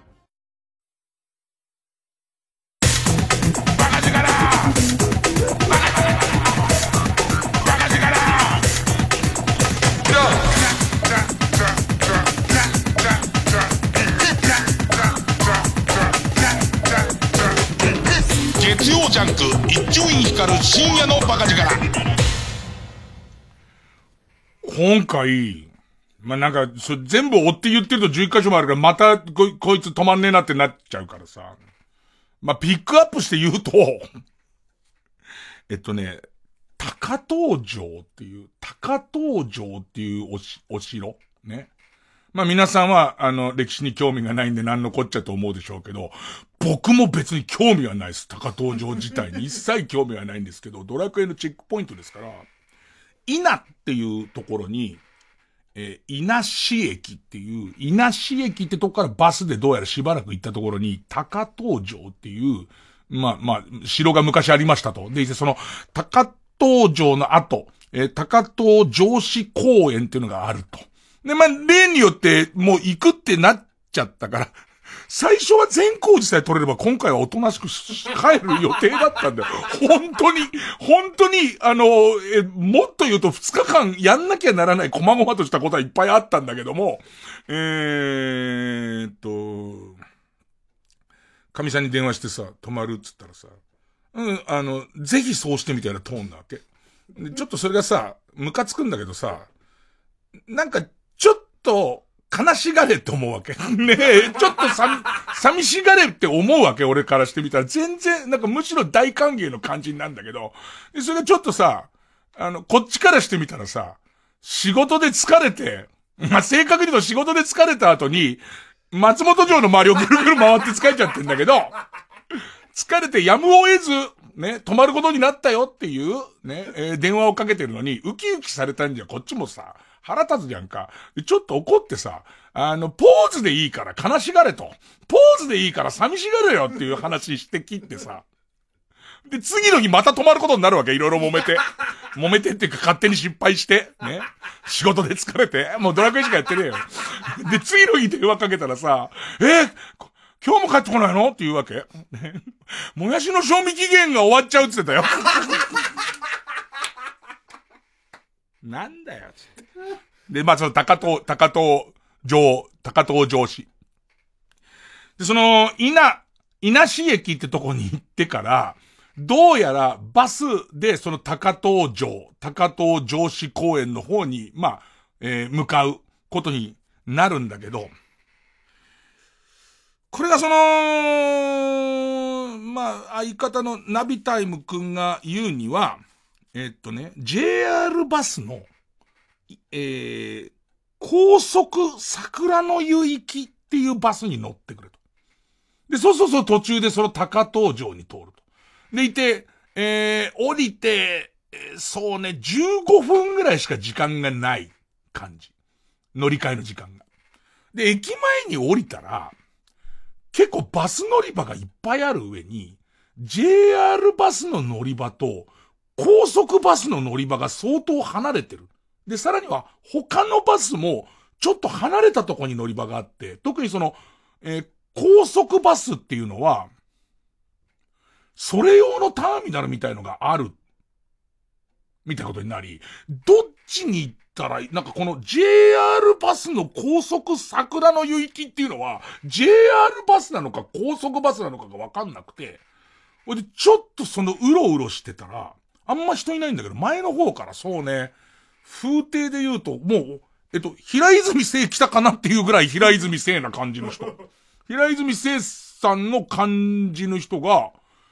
C: ジャンク一丁院光る深夜のバカ力。今回、まあ、なんか、そ全部追って言ってるとじゅういっかしょもあるから、またこ、こいつ止まんねえなってなっちゃうからさ。まあ、ピックアップして言うと、えっとね、高遠城っていう、高遠城っていうおし、お城ね。まあ皆さんは、あの、歴史に興味がないんで何のこっちゃと思うでしょうけど、僕も別に興味はないです。高遠城自体に一切興味はないんですけど、ドラクエのチェックポイントですから、稲っていうところに、えー、稲市駅っていう、稲市駅ってとこからバスでどうやらしばらく行ったところに、高遠城っていう、まあまあ、城が昔ありましたと。で、その、高遠城の後、えー、高遠城址公園っていうのがあると。で、まあ、例によって、もう行くってなっちゃったから、最初は善光寺さえ取れれば、今回はおとなしく帰る予定だったんだよ。本当に、本当に、あの、え、もっと言うとふつかかんやんなきゃならない細々としたことはいっぱいあったんだけども、えーっと、神さんに電話してさ、泊まるっつったらさ、うん、あの、ぜひそうしてみたいなトーンなわけ。でちょっとそれがさ、ムカつくんだけどさ、なんか、ちょっと、悲しがれって思うわけ。ねえ、ちょっとさ、寂しがれって思うわけ、俺からしてみたら。全然、なんかむしろ大歓迎の感じなんだけど。で、それがちょっとさ、あの、こっちからしてみたらさ、仕事で疲れて、まあ、正確に言うと仕事で疲れた後に、松本城の周りをぐるぐる回って疲れちゃってんだけど、疲れてやむを得ず、ね、泊まることになったよっていう、ね、えー、電話をかけてるのに、ウキウキされたんじゃ、こっちもさ、腹立つじゃんか。ちょっと怒ってさ、あの、ポーズでいいから悲しがれと。ポーズでいいから寂しがれよっていう話してきってさ。で、次の日また泊まることになるわけ。いろいろ揉めて。揉めてっていうか勝手に失敗して。ね。仕事で疲れて。もうドラクエしかやってねえよ。で、次の日電話かけたらさ、えー、今日も帰ってこないのって言うわけ。ね。もやしの賞味期限が終わっちゃうって言ってたよ。なんだよ、つって。で、まあ、その、高遠、高遠城、高遠城市。で、その、稲、稲市駅ってとこに行ってから、どうやらバスでその高遠城、高遠城址公園の方に、まあ、えー、向かうことになるんだけど、これがその、まあ、相方のナビタイムくんが言うには、えー、っとね、ジェイアール バスの、えー、高速桜の湯行きっていうバスに乗ってくれと。で、そうそうそう途中でその高遠城に通ると。でいて、えー、降りて、そうね、じゅうごふんぐらいしか時間がない感じ。乗り換えの時間が。で、駅前に降りたら、結構バス乗り場がいっぱいある上に、ジェイアール バスの乗り場と、高速バスの乗り場が相当離れてる。で、さらには他のバスもちょっと離れたところに乗り場があって、特にその、えー、高速バスっていうのは、それ用のターミナルみたいのがある。みたいなことになり、どっちに行ったら、なんかこの ジェイアール バスの高速桜の湯行きっていうのは、ジェイアール バスなのか高速バスなのかがわかんなくて、で、ちょっとそのうろうろしてたら、あんま人いないんだけど、前の方からそうね、風景で言うと、もう、えっと、平泉聖来たかなっていうぐらい平泉聖な感じの人。平泉聖さんの感じの人が、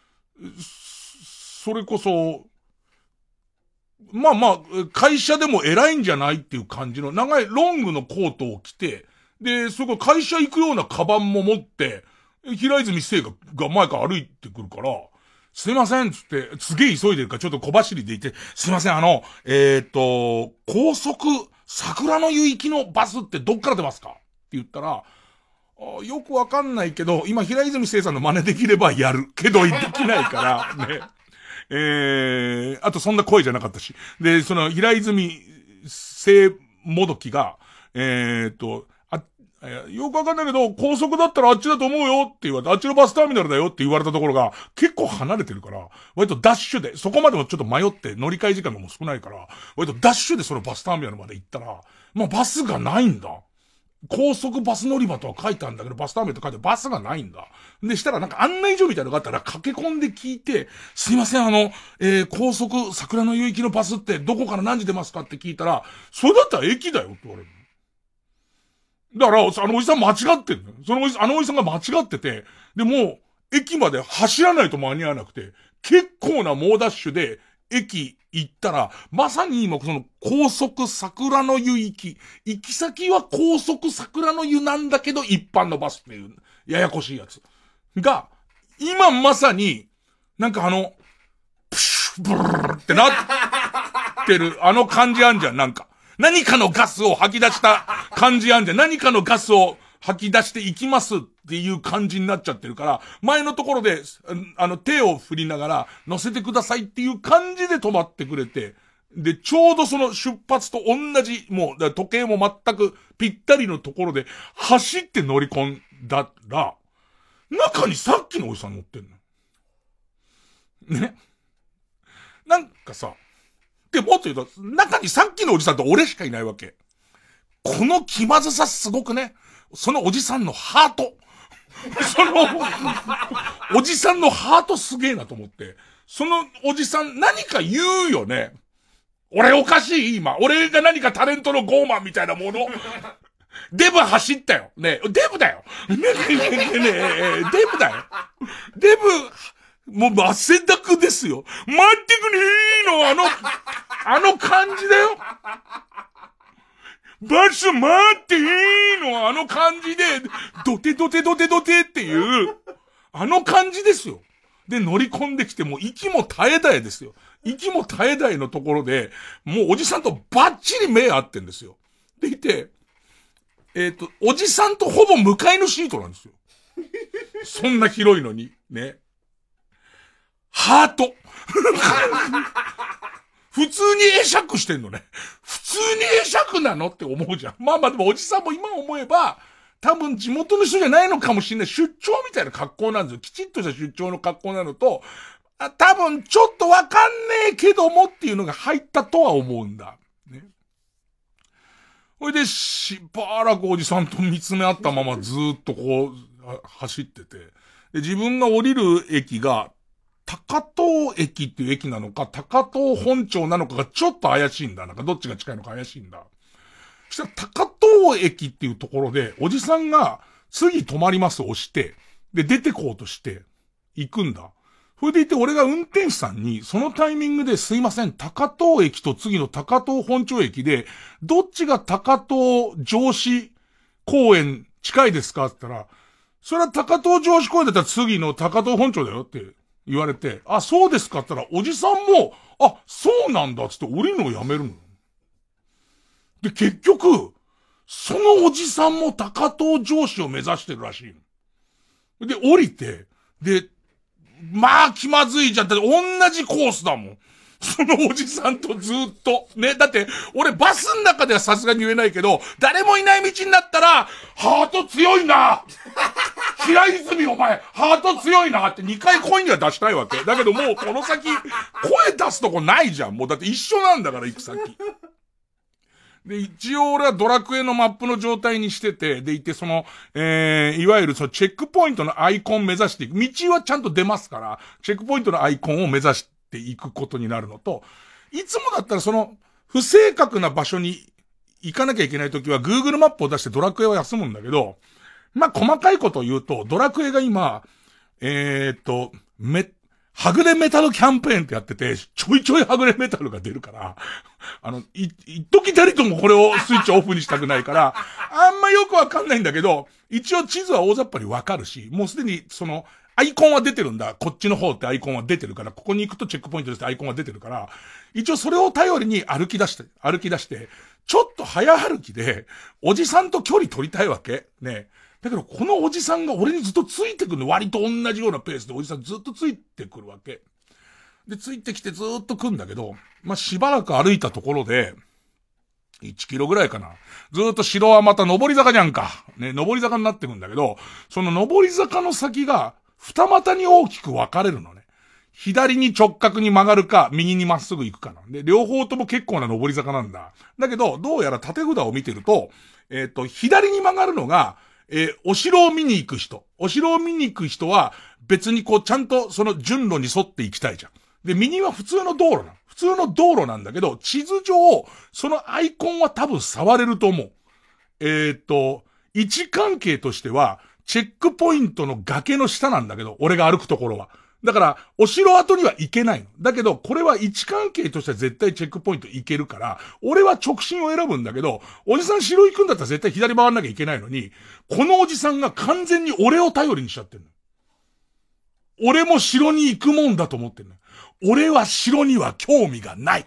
C: それこそ、まあまあ、会社でも偉いんじゃないっていう感じの長いロングのコートを着て、で、そこ会社行くようなカバンも持って、平泉聖が、が前から歩いてくるから、すいませんつって、すげえ急いでるからちょっと小走りでいて、すいませんあの、えっと、高速桜の湯行きのバスってどっから出ますかって言ったら、あよくわかんないけど、今平泉聖さんの真似できればやる。けどできないから、ね。えー、あとそんな声じゃなかったし。で、その平泉聖もどきが、えーっと、あ、よくわかんないけど、高速だったらあっちだと思うよって言われて、あっちのバスターミナルだよって言われたところが、結構離れてるから、割とダッシュで、そこまでもちょっと迷って乗り換え時間がもう少ないから、割とダッシュでそのバスターミナルまで行ったら、まあバスがないんだ。 高速バス乗り場とは書いてあるんだけど、バスターミナルと書いてバスがないんだ。で、したらなんか案内所みたいなのがあったら駆け込んで聞いて、すいません、あの、えー、高速桜の湯行きのバスってどこから何時出ますかって聞いたら、それだったら駅だよって言われる。だから、あのおじさん間違ってんのよ。そのおじ、あのおじさんが間違ってて、で、もう、駅まで走らないと間に合わなくて、結構な猛ダッシュで、駅行ったら、まさに今、その、高速桜の湯行き。行き先は高速桜の湯なんだけど、一般のバスっていう、ややこしいやつ。が、今まさに、なんかあの、プシュ、ブルーってなってる、あの感じあんじゃん、なんか。何かのガスを吐き出した感じあんじゃん。何かのガスを吐き出していきますっていう感じになっちゃってるから、前のところで、あの、手を振りながら乗せてくださいっていう感じで止まってくれて、で、ちょうどその出発と同じ、もう、時計も全くぴったりのところで走って乗り込んだら、中にさっきのおじさん乗ってんの。ね。なんかさ、で、もっと言うと、中にさっきのおじさんと俺しかいないわけ。この気まずさすごくね。そのおじさんのハート。その、おじさんのハートすげえなと思って。そのおじさん何か言うよね。俺おかしい今。俺が何かタレントのゴーマンみたいなもの。デブ走ったよ。ねえ、デブだよ。ねえ、ねえ、ねえ、ねえ、デブだよ。デブ、もう汗だくですよ。待ってくれーの、あの、あの感じだよ。バス待っていいの、あの感じで、ドテドテドテドテっていう、あの感じですよ。で、乗り込んできても、息も絶え絶えですよ。息も絶え絶えのところで、もうおじさんとバッチリ目合ってんですよ。でいて、えっと、おじさんとほぼ向かいのシートなんですよ。そんな広いのに、ね。ハート。普通に会釈してんのね。普通に会釈なのって思うじゃん。まあまあでもおじさんも今思えば、多分地元の人じゃないのかもしれない。出張みたいな格好なんですよ。きちっとした出張の格好なのと、あ多分ちょっとわかんねえけどもっていうのが入ったとは思うんだ。ね。それでしばらくおじさんと見つめ合ったままずーっとこう、走ってて。で、自分が降りる駅が、高遠駅っていう駅なのか、高遠本町なのかがちょっと怪しいんだ。なんかどっちが近いのか怪しいんだ。そしたら高遠駅っていうところで、おじさんが次止まりますを押して、で、出てこうとして、行くんだ。それでいて俺が運転手さんに、そのタイミングですいません、高遠駅と次の高遠本町駅で、どっちが高遠城址公園近いですかって言ったら、それは高遠城址公園だったら次の高遠本町だよって言われて、あ、そうですかって言ったら、おじさんも、あ、そうなんだって言って降りるのをやめるの。で、結局、そのおじさんも高遠城址を目指してるらしいの。で、降りて、で、まあ気まずいじゃん。だって同じコースだもん。そのおじさんとずっと。ね。だって、俺バスの中ではさすがに言えないけど、誰もいない道になったら、ハート強いな平泉お前、ハート強いなってにかい声には出したいわけ。だけどもうこの先、声出すとこないじゃん。もうだって一緒なんだから行く先。で、一応俺はドラクエのマップの状態にしてて、でいてその、えー、いわゆるそのチェックポイントのアイコン目指していく。道はちゃんと出ますから、チェックポイントのアイコンを目指していくことになるのと、いつもだったらその、不正確な場所に行かなきゃいけないときは Google マップを出してドラクエは休むんだけど、まあ、細かいことを言うと、ドラクエが今、えーっと、め、はぐれメタルキャンペーンってやってて、ちょいちょいはぐれメタルが出るから、あの、い、一時たりともこれをスイッチオフにしたくないから、あんまよくわかんないんだけど、一応地図は大雑把にわかるし、もうすでにその、アイコンは出てるんだ。こっちの方ってアイコンは出てるから、ここに行くとチェックポイントですってアイコンは出てるから、一応それを頼りに歩き出して、歩き出して、ちょっと早歩きで、おじさんと距離取りたいわけね。だけどこのおじさんが俺にずっとついてくるの。割と同じようなペースでおじさんずっとついてくるわけ。で、ついてきてずっと来るんだけど、まあ、しばらく歩いたところで、いちキロぐらいかな。ずっと城はまた上り坂じゃんか。ね、上り坂になってくんだけど、その上り坂の先が二股に大きく分かれるのね。 左に直角に曲がるか、右にまっすぐ行くかなんで、両方とも結構な上り坂なんだ。だけど、どうやら縦札を見てると、えっと、左に曲がるのが、えー、お城を見に行く人。お城を見に行く人は、別にこう、ちゃんとその順路に沿って行きたいじゃん。で、右は普通の道路なの。普通の道路なんだけど、地図上、そのアイコンは多分触れると思う。えっと、位置関係としては、チェックポイントの崖の下なんだけど、俺が歩くところは。だから、お城跡には行けないの。だけど、これは位置関係としては絶対チェックポイント行けるから、俺は直進を選ぶんだけど、おじさん城行くんだったら絶対左回んなきゃいけないのに、このおじさんが完全に俺を頼りにしちゃってるの。俺も城に行くもんだと思ってるの。俺は城には興味がない。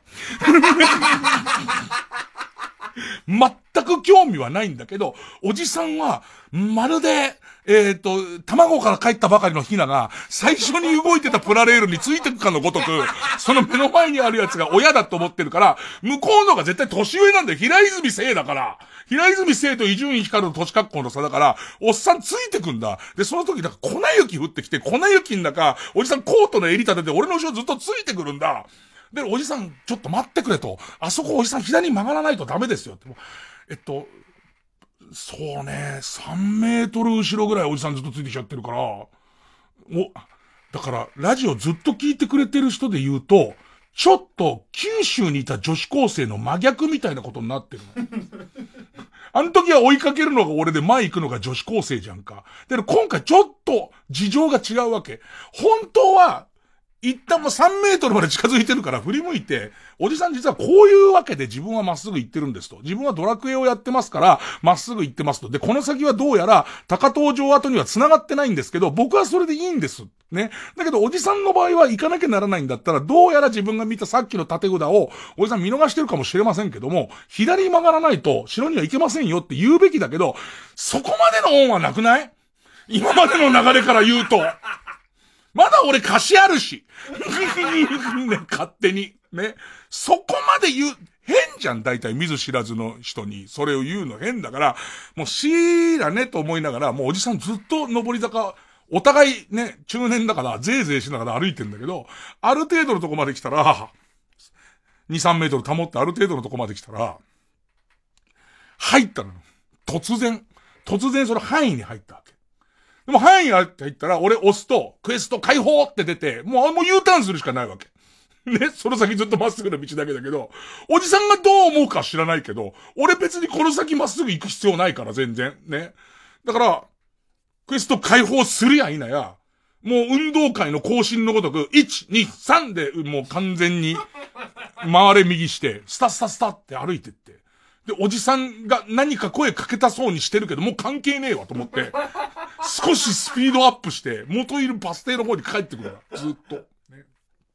C: 全く興味はないんだけど、おじさんは、まるで、えっと、卵から帰ったばかりのヒナが、最初に動いてたプラレールについてくかのごとく、その目の前にあるやつが親だと思ってるから、向こうのが絶対年上なんだよ。平泉聖だから。平泉聖と伊集院光の年格好の差だから、おっさんついてくんだ。で、その時、なんか粉雪降ってきて、粉雪の中、おじさんコートの襟立てて、俺の後ろずっとついてくるんだ。で、おじさん、ちょっと待ってくれと。あそこおじさん左に曲がらないとダメですよって。えっと、そうね、さんメートル後ろぐらいおじさんずっとついてきちゃってるから、お、だから、ラジオずっと聞いてくれてる人で言うと、ちょっと、九州にいた女子高生の真逆みたいなことになってるの。あの時は追いかけるのが俺で前行くのが女子高生じゃんか。だから今回ちょっと事情が違うわけ。本当は、一旦もうさんメートルまで近づいてるから振り向いて、おじさん実はこういうわけで自分はまっすぐ行ってるんですと。自分はドラクエをやってますから、まっすぐ行ってますと。で、この先はどうやら高遠城跡には繋がってないんですけど、僕はそれでいいんです。ね。だけどおじさんの場合は行かなきゃならないんだったら、どうやら自分が見たさっきの縦札を、おじさん見逃してるかもしれませんけども、左に曲がらないと城には行けませんよって言うべきだけど、そこまでの恩はなくない？今までの流れから言うと。まだ俺貸しあるし。ね、勝手に。ね。そこまで言う、変じゃん、大体見ず知らずの人に。それを言うの変だから、もうしーだねと思いながら、もうおじさんずっと上り坂、お互いね、中年だから、ぜいぜいしながら歩いてんだけど、ある程度のとこまで来たら、に、さんメートル保ってある程度のとこまで来たら、入ったの。突然、突然その範囲に入ったわけ。でも範囲が入ったら、俺押すと、クエスト解放って出て、もう、もう U ターンするしかないわけ。ね、その先ずっとまっすぐの道だけだけど、おじさんがどう思うか知らないけど、俺別にこの先まっすぐ行く必要ないから、全然。ね。だから、クエスト解放するやいなや、もう運動会の更新のごとく、いち、に、さんでもう完全に、回れ右して、スタスタスタって歩いてって。で、おじさんが何か声かけたそうにしてるけど、もう関係ねえわと思って、少しスピードアップして、元いるバス停の方に帰ってくるわ。ずっと。ね、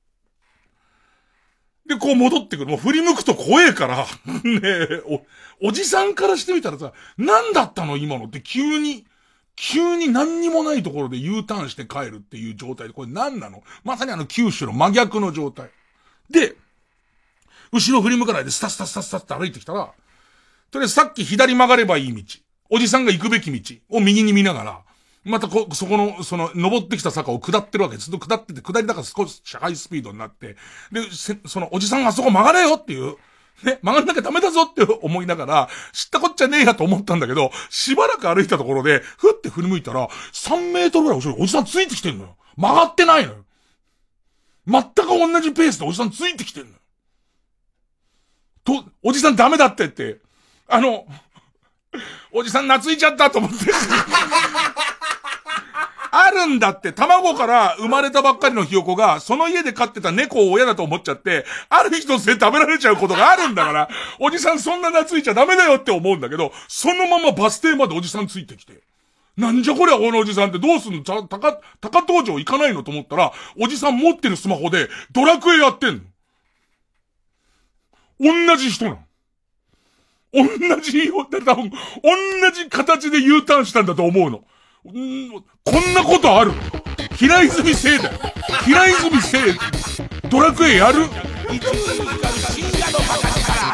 C: で、こう戻ってくる。もう振り向くと怖えから、ねえ、お、おじさんからしてみたらさ、何だったの今のって急に、急に何にもないところで U ターンして帰るっていう状態で、これ何なの？まさにあの九州の真逆の状態。で、後ろ振り向かないでスタスタスタスタって歩いてきたら、とりあえずさっき左曲がればいい道。おじさんが行くべき道を右に見ながら、またこ、そこの、その、登ってきた坂を下ってるわけ。ずっと下ってて、下りだから少しハイスピードになって、で、その、おじさんがあそこ曲がれよっていう、ね、曲がんなきゃダメだぞって思いながら、知ったこっちゃねえやと思ったんだけど、しばらく歩いたところで、ふって振り向いたら、さんメートルぐらい後ろにおじさんついてきてんのよ。曲がってないのよ。全く同じペースでおじさんついてきてんのよ。と、おじさんダメだってって、あの、おじさん懐いちゃったと思って。あるんだって、卵から生まれたばっかりのひよこが、その家で飼ってた猫を親だと思っちゃって、ある日突然食べられちゃうことがあるんだから、おじさんそんな懐いちゃダメだよって思うんだけど、そのままバス停までおじさんついてきて。なんじゃこりゃこのおじさんってどうすんの？た、たか、高東城行かないのと思ったら、おじさん持ってるスマホでドラクエやってんの。同じ人なの。同じよ、多分、同じ形で U ターンしたんだと思うの。んー、こんなことある？平泉聖だよ。平泉聖、ドラクエやる？一時深夜のバカ力。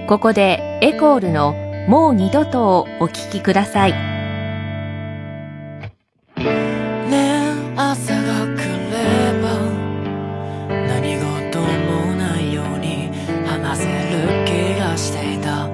M: ここでエコールのもう二度とをお聞きください。
N: ねえ朝が来れば何事もないように話せる気がしていた。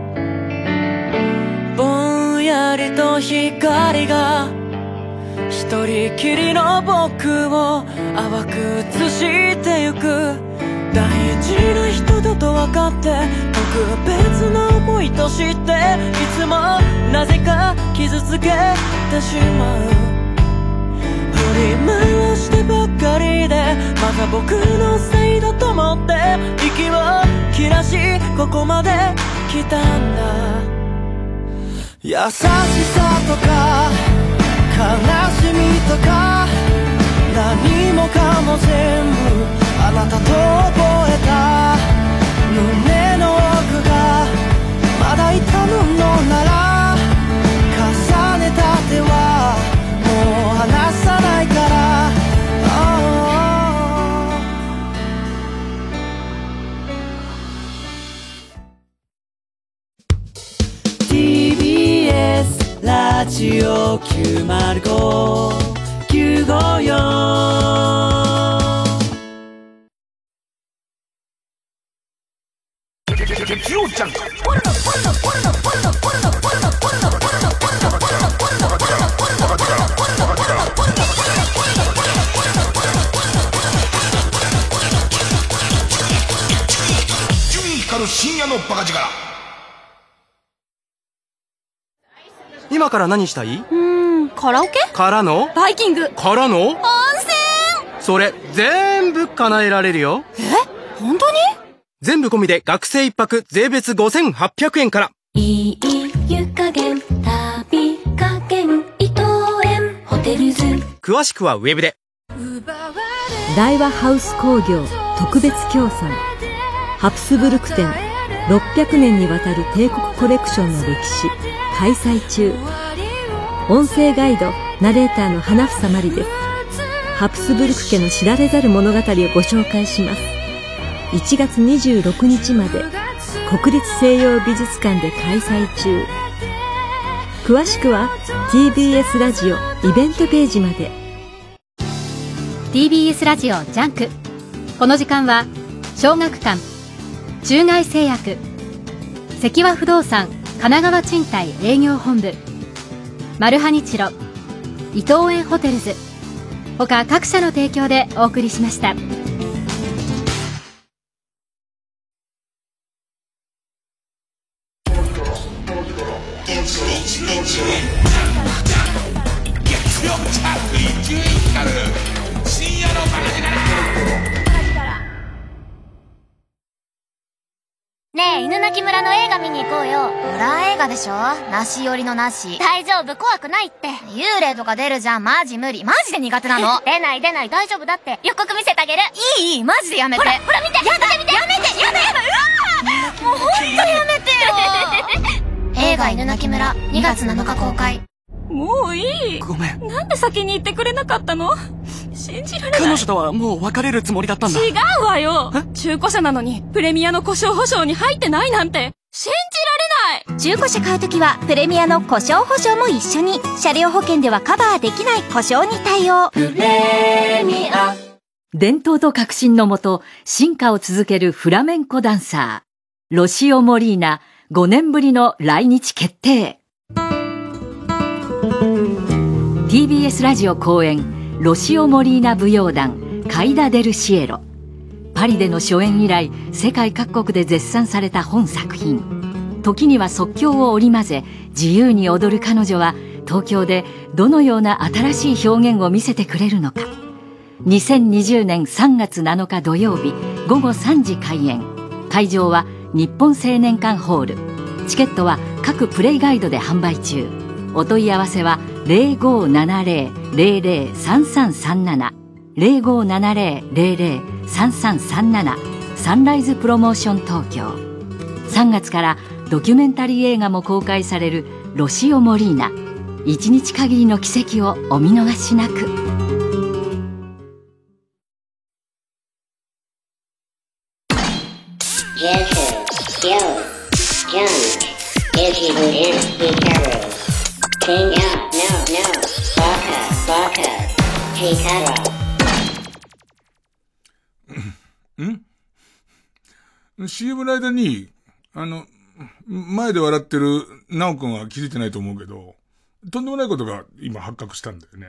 N: ぼんやりと光が一人きりの僕を淡く映してゆく。大事な人だと分かって特別な思いとしていつもなぜか傷つけてしまう。振り回してばっかりでまた僕のせいだと思って息を切らしここまで来たんだ。優しさとか悲しみとか何もかも全部あなたと覚えた。胸の奥がまだ痛むのなら重ねた手はもう離さないから、oh、ティービーエス ラジオきゅうまるご きゅうごよん
C: 月曜ジャンク深夜のバカ力。
H: 今から何したい？
M: うーん、カラオケ？
H: からの
M: バイキング？
H: からの
M: 温泉？
H: それ全部叶えられるよ。
M: え？本当に？
H: 全部込みで学生一泊税別ごせんはっぴゃくえんから。
D: いい湯加減旅加減伊藤園ホテルズ。
H: 詳しくはウェブで。
O: 大和ハウス工業特別協賛ハプスブルク展ろっぴゃくねんにわたる帝国コレクションの歴史開催中。音声ガイドナレーターの花房まりです。ハプスブルク家の知られざる物語をご紹介します。いちがつにじゅうろくにちまで国立西洋美術館で開催中。詳しくは ティービーエス ラジオイベントページまで。
E: ティービーエス ラジオジャンク。この時間は小学館、中外製薬、関和不動産神奈川賃貸営業本部、マルハニチロ、伊藤園ホテルズ他各社の提供でお送りしました。
I: ねえ、犬鳴村の映画見に行こうよ。ホラー映画でしょ？なし寄りのなし。大丈夫、怖くないって。幽霊とか出るじゃん。マジ無理。マジで苦手なの。出ない出ない、大丈夫だって。予告見せてあげる。いいいい、マジでやめて。ほら、ほら見て。やだ、見て。やめて、やだやだ。うわーもうほんとやめてよ。映画犬鳴村、にがつなのか公開。
P: もういい。
H: ごめん。
P: なんで先に言ってくれなかったの？信じられない。
H: 彼女とはもう別れるつもりだったんだ。
P: 違うわよ。中古車なのにプレミアの故障保証に入ってないなんて信じられない。
M: 中古車買うときはプレミアの故障保証も一緒に。車両保険ではカバーできない故障に対応。プレミア。
Q: 伝統と革新のもと進化を続けるフラメンコダンサーロシオ・モリーナごねんぶりの来日決定。 ティービーエス ラジオ公演ロシオ・モリーナ舞踊団カイダ・デル・シエロ。パリでの初演以来世界各国で絶賛された本作品。時には即興を織り交ぜ自由に踊る彼女は東京でどのような新しい表現を見せてくれるのか。にせんにじゅうねんさんがつなのか土曜日ごごさんじ開演。会場は日本青年館ホール。チケットは各プレイガイドで販売中。お問い合わせは ゼロごーななゼロ ゼロゼロ さんさんさんなな ゼロごーななゼロ ゼロゼロ さんさんさんなな。サンライズプロモーション東京。さんがつからドキュメンタリー映画も公開されるロシオ・モリーナ。一日限りの奇跡をお見逃しなく。
C: ん ?シーエム の間に、あの、前で笑ってるナオくんは気づいてないと思うけど、とんでもないことが今発覚したんだよね。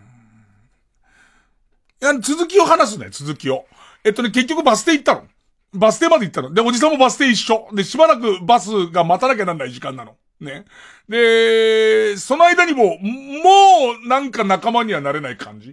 C: いや、続きを話すね、続きを。えっとね、結局バス停行ったの。バス停まで行ったの。で、おじさんもバス停一緒。で、しばらくバスが待たなきゃなんない時間なの。ね。で、その間にも、もうなんか仲間にはなれない感じ。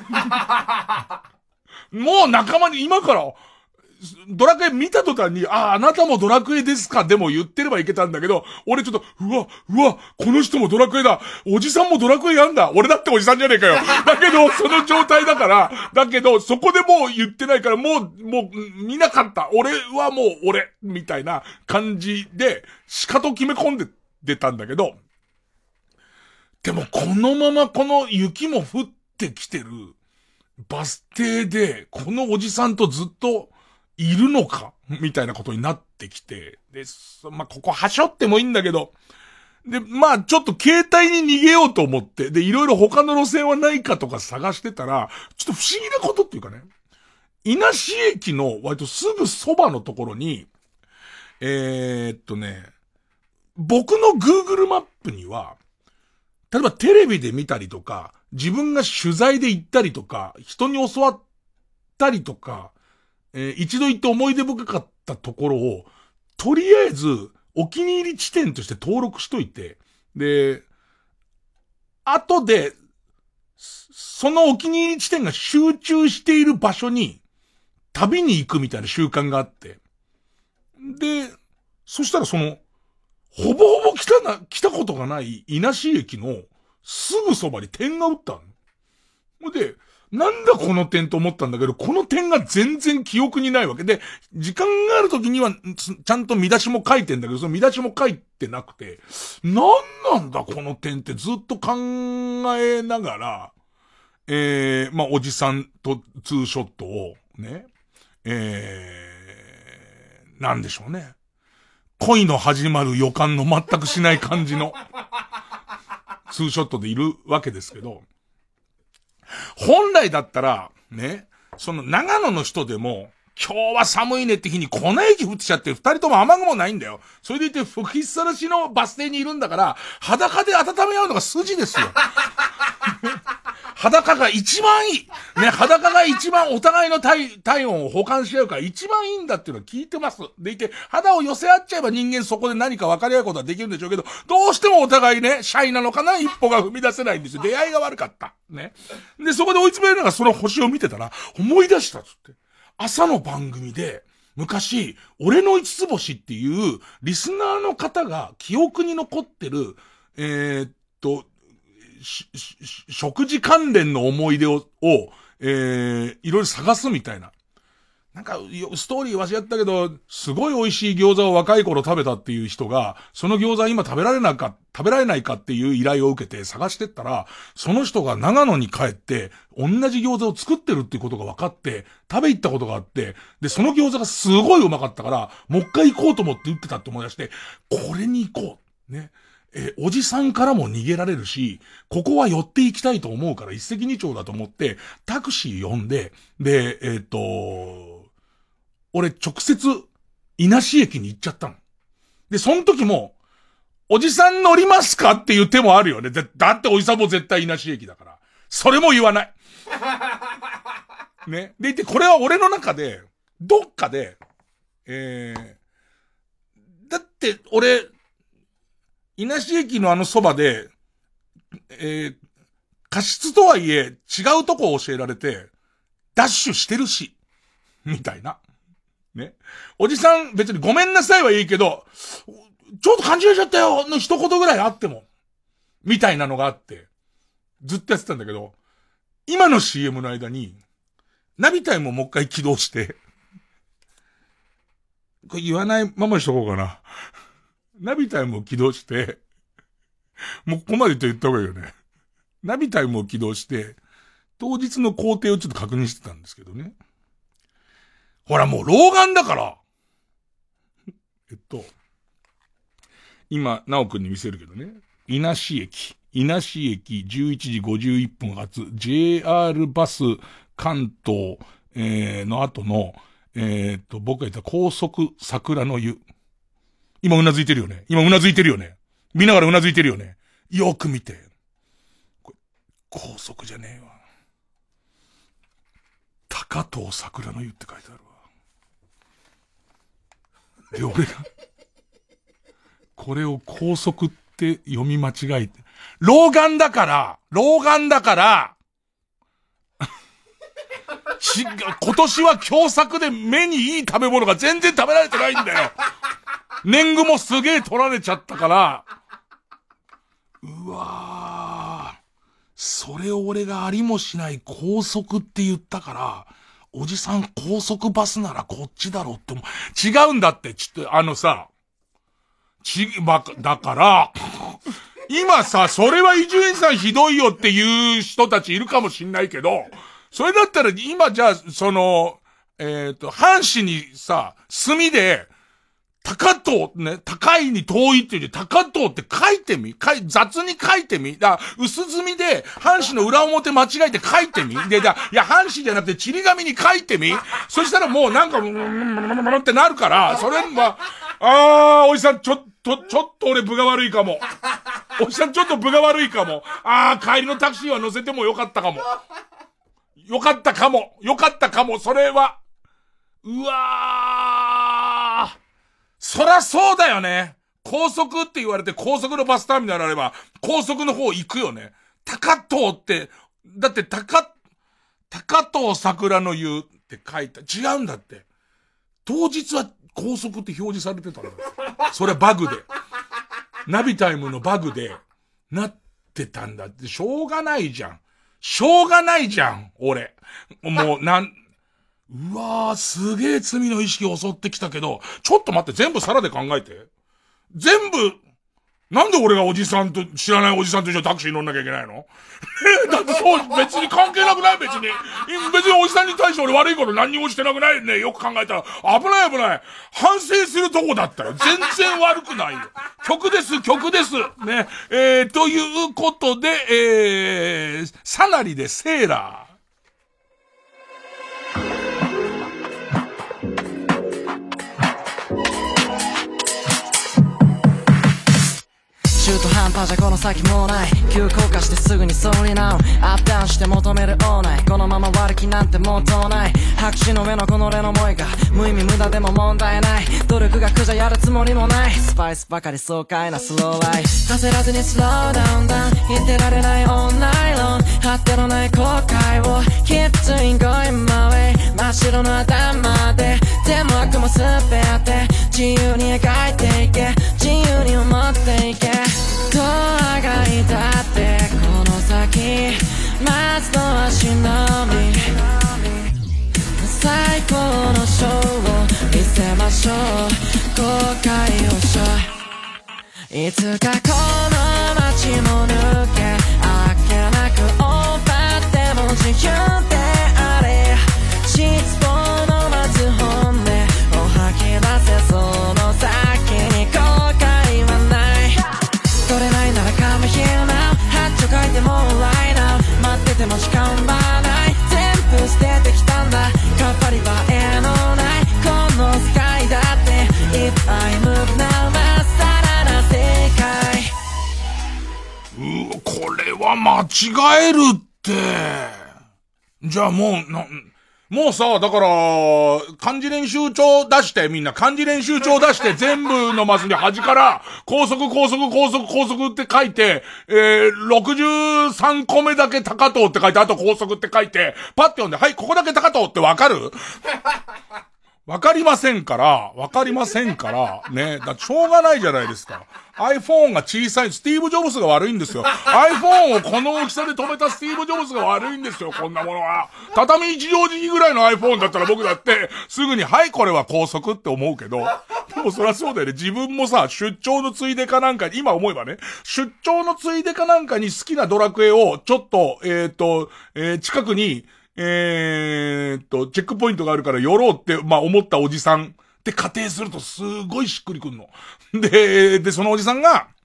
C: もう仲間に、今から、ドラクエ見た途端に、ああ、あなたもドラクエですかでも言ってればいけたんだけど、俺ちょっと、うわ、うわ、この人もドラクエだ。おじさんもドラクエやんだ。俺だっておじさんじゃねえかよ。だけど、その状態だから、だけど、そこでもう言ってないから、もう、もう、見なかった。俺はもう俺、みたいな感じで、しかと決め込んで出たんだけど、でもこのままこの雪も降ってきてるバス停で、このおじさんとずっと、いるのかみたいなことになってきて。で、まあ、ここはしょってもいいんだけど。で、まあ、ちょっと携帯に逃げようと思って。で、いろいろ他の路線はないかとか探してたら、ちょっと不思議なことっていうかね。稲市駅の割とすぐそばのところに、えー、っとね、僕の Google マップには、例えばテレビで見たりとか、自分が取材で行ったりとか、人に教わったりとか、えー、一度行って思い出深かったところを、とりあえず、お気に入り地点として登録しといて、で、後で、そのお気に入り地点が集中している場所に、旅に行くみたいな習慣があって、で、そしたらその、ほぼほぼ来たな、来たことがない稲市駅のすぐそばに点が打ったの。で、なんだこの点と思ったんだけど、この点が全然記憶にないわけで、時間がある時には、ちゃんと見出しも書いてんだけど、その見出しも書いてなくて、なんなんだこの点ってずっと考えながら、えー、まあ、おじさんとツーショットを、ね、えー、なんでしょうね。恋の始まる予感の全くしない感じの、ツーショットでいるわけですけど、本来だったら、ね、その長野の人でも、今日は寒いねって日に粉雪降ってちゃって二人とも雨雲ないんだよ。それでいて吹きさらしのバス停にいるんだから、裸で温め合うのが筋ですよ。裸が一番いい。ね、裸が一番お互いの体、体温を補完し合うから一番いいんだっていうのを聞いてます。でいて、肌を寄せ合っちゃえば人間そこで何か分かり合うことはできるんでしょうけど、どうしてもお互いね、シャイなのかな一歩が踏み出せないんですよ。出会いが悪かった。ね。で、そこで追い詰めるのがその星を見てたら、思い出したっつって。朝の番組で、昔、俺の五つ星っていう、リスナーの方が記憶に残ってる、えー、っと、食事関連の思い出を、をえー、いろいろ探すみたいな。なんか、ストーリーはしやったけど、すごい美味しい餃子を若い頃食べたっていう人が、その餃子今食べられないか、食べられないかっていう依頼を受けて探してったら、その人が長野に帰って、同じ餃子を作ってるっていうことが分かって、食べ行ったことがあって、で、その餃子がすごいうまかったから、もう一回行こうと思って言ってたって思い出して、これに行こう。ね。えー、おじさんからも逃げられるし、ここは寄って行きたいと思うから一石二鳥だと思って、タクシー呼んで、で、えっと、俺直接、稲市駅に行っちゃったの。で、その時も、おじさん乗りますかっていう手もあるよね。だっておじさんも絶対稲市駅だから。それも言わない。ね。でいて、これは俺の中で、どっかで、えー、だって俺、稲市駅のあのそばで、えー、過失とはいえ違うとこを教えられて、ダッシュしてるし、みたいな。ね。おじさん別にごめんなさいはいいけど、ちょっと勘違いしちゃったよの一言ぐらいあっても、みたいなのがあって、ずっとやってたんだけど、今の シーエム の間に、ナビタイムをもう一回起動して、これ言わないままにしとこうかな。ナビタイムを起動して、もうここまで言った方がいいよね。ナビタイムを起動して、当日の工程をちょっと確認してたんですけどね。ほらもう老眼だから、えっと、今、なおくんに見せるけどね。 稲市駅、稲市駅じゅういちじごじゅういっぷん発、ジェイアール バス関東、えー、の後の、えー、っと、僕が言った高速桜の湯。今うなずいてるよね。今うなずいてるよね。見ながらうなずいてるよね。よく見て。これ高速じゃねえわ。高藤桜の湯って書いてあるわ。で、俺が、これを高速って読み間違えて。老眼だから、老眼だから、ち、今年は凶作で目にいい食べ物が全然食べられてないんだよ。年貢もすげえ取られちゃったから、うわー、それを俺がありもしない高速って言ったから、おじさん高速バスならこっちだろうって思う。違うんだって、ちょっとあのさ、ち、ま、だから、今さ、それは伊集院さんひどいよっていう人たちいるかもしんないけど、それだったら今じゃあ、その、えっと、阪神にさ、墨で、高藤ね、高いに遠いって言う高藤って書いてみ書い、雑に書いてみだ薄墨で、阪神の裏表間違えて書いてみで、だいや、阪神じゃなくて、ちり紙に書いてみそしたらもうなんか、うんってなるから、それは、あー、おじさん、ちょっと、ちょっと俺分が悪いかも。おじさんちょっと分が悪いかも。あー、帰りのタクシーは乗せてもよかったかも。よかったかも。よかったかも。それは。うわー。そらそうだよね。高速って言われて高速のバスターミナルあれば、高速の方行くよね。高藤って、だって高、高藤桜の湯って書いた。違うんだって。当日は高速って表示されてたんだ。それはバグで。ナビタイムのバグで、なってたんだって。しょうがないじゃん。しょうがないじゃん、俺。もう、なん、うわー、すげえ罪の意識を襲ってきたけど、ちょっと待って、全部皿で考えて。全部、なんで俺がおじさんと、知らないおじさんと一緒にタクシー乗んなきゃいけないのだってそう、別に関係なくない別に。別におじさんに対して俺悪いこと何にもしてなくないね。よく考えたら、危ない危ない。反省するとこだったよ。全然悪くないよ。曲です、曲です。ね。えー、ということで、えー、サナリでセーラー。
N: 中途半端じゃこの先もない急降下してすぐにソーリーナウアップダウンして求めるオーナイこのまま悪気なんてもうとない白紙の上のこの俺の思いが無意味無駄でも問題ない努力が苦じゃやるつもりもないスパイスばかり爽快なスローライフ焦らずにスローダウンダウン言ってられないオンライロン果てのない後悔を Keep doing going my way 真っ白の頭ででも悪もすべて自由に描いていけ自由に思っていけどうあがいたってこの先まずの足のみ最高のショーを見せましょう後悔をしょいつかこの街も抜けあっけなく奪っても自由であれ失望の待つ本音を吐き出せその先に後悔はない取れないならcome here now八丁書いても right now 待ってても時間はない全部捨ててきたんだかっぱり映えのないこのスカイだって If I move now まっさらな世界
C: うわ、これは間違えるって。じゃあもう、な、もうさ、だから、漢字練習帳出して、みんな漢字練習帳出して、全部のマスに端から、高速高速高速高速って書いて、えー、ろくじゅうさんこめだけ高藤って書いて、あと高速って書いて、パッて読んで、はい、ここだけ高藤ってわかる？わかりませんから、わかりませんから、ね、だしょうがないじゃないですか。iPhone が小さい、スティーブ・ジョブスが悪いんですよ。iPhone をこの大きさで止めたスティーブ・ジョブスが悪いんですよ、こんなものは。畳一畳敷きぐらいの iPhone だったら僕だって、すぐに、はい、これは高速って思うけど、でもそりゃそうだよね。自分もさ、出張のついでかなんかに、今思えばね、出張のついでかなんかに好きなドラクエを、ちょっと、えっと、えー、近くに、えーっと、チェックポイントがあるから寄ろうって、まあ思ったおじさんって仮定するとすごいしっくりくんの。で、で、そのおじさんが、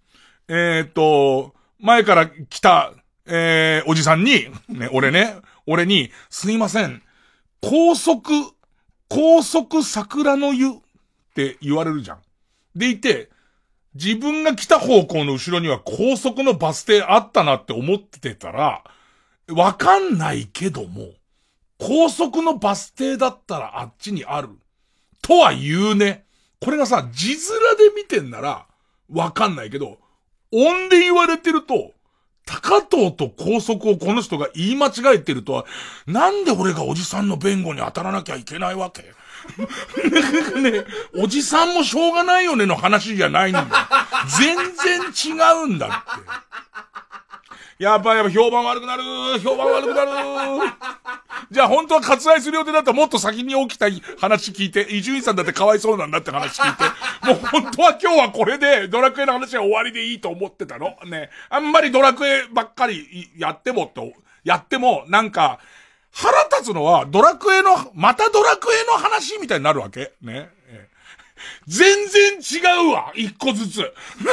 C: えー、っと、前から来た、えー、おじさんに、ね、俺ね、俺に、すいません、高速、高速桜の湯って言われるじゃん。でいて、自分が来た方向の後ろには高速のバス停あったなって思ってたら、わかんないけども、高速のバス停だったらあっちにある。とは言うね。これがさ、字面で見てんなら、わかんないけど、音で言われてると、高藤と高速をこの人が言い間違えてるとは、なんで俺がおじさんの弁護に当たらなきゃいけないわけね、おじさんもしょうがないよねの話じゃないんだよ。全然違うんだって。やっぱやっぱ評判悪くなる評判悪くなるじゃあ本当は割愛する予定だったらもっと先に起きた話聞いて、伊集院さんだってかわいそうなんだって話聞いて、もう本当は今日はこれでドラクエの話は終わりでいいと思ってたのね。あんまりドラクエばっかりやってもと、やってもなんか、腹立つのはドラクエの、またドラクエの話みたいになるわけね。全然違うわ一個ずつ。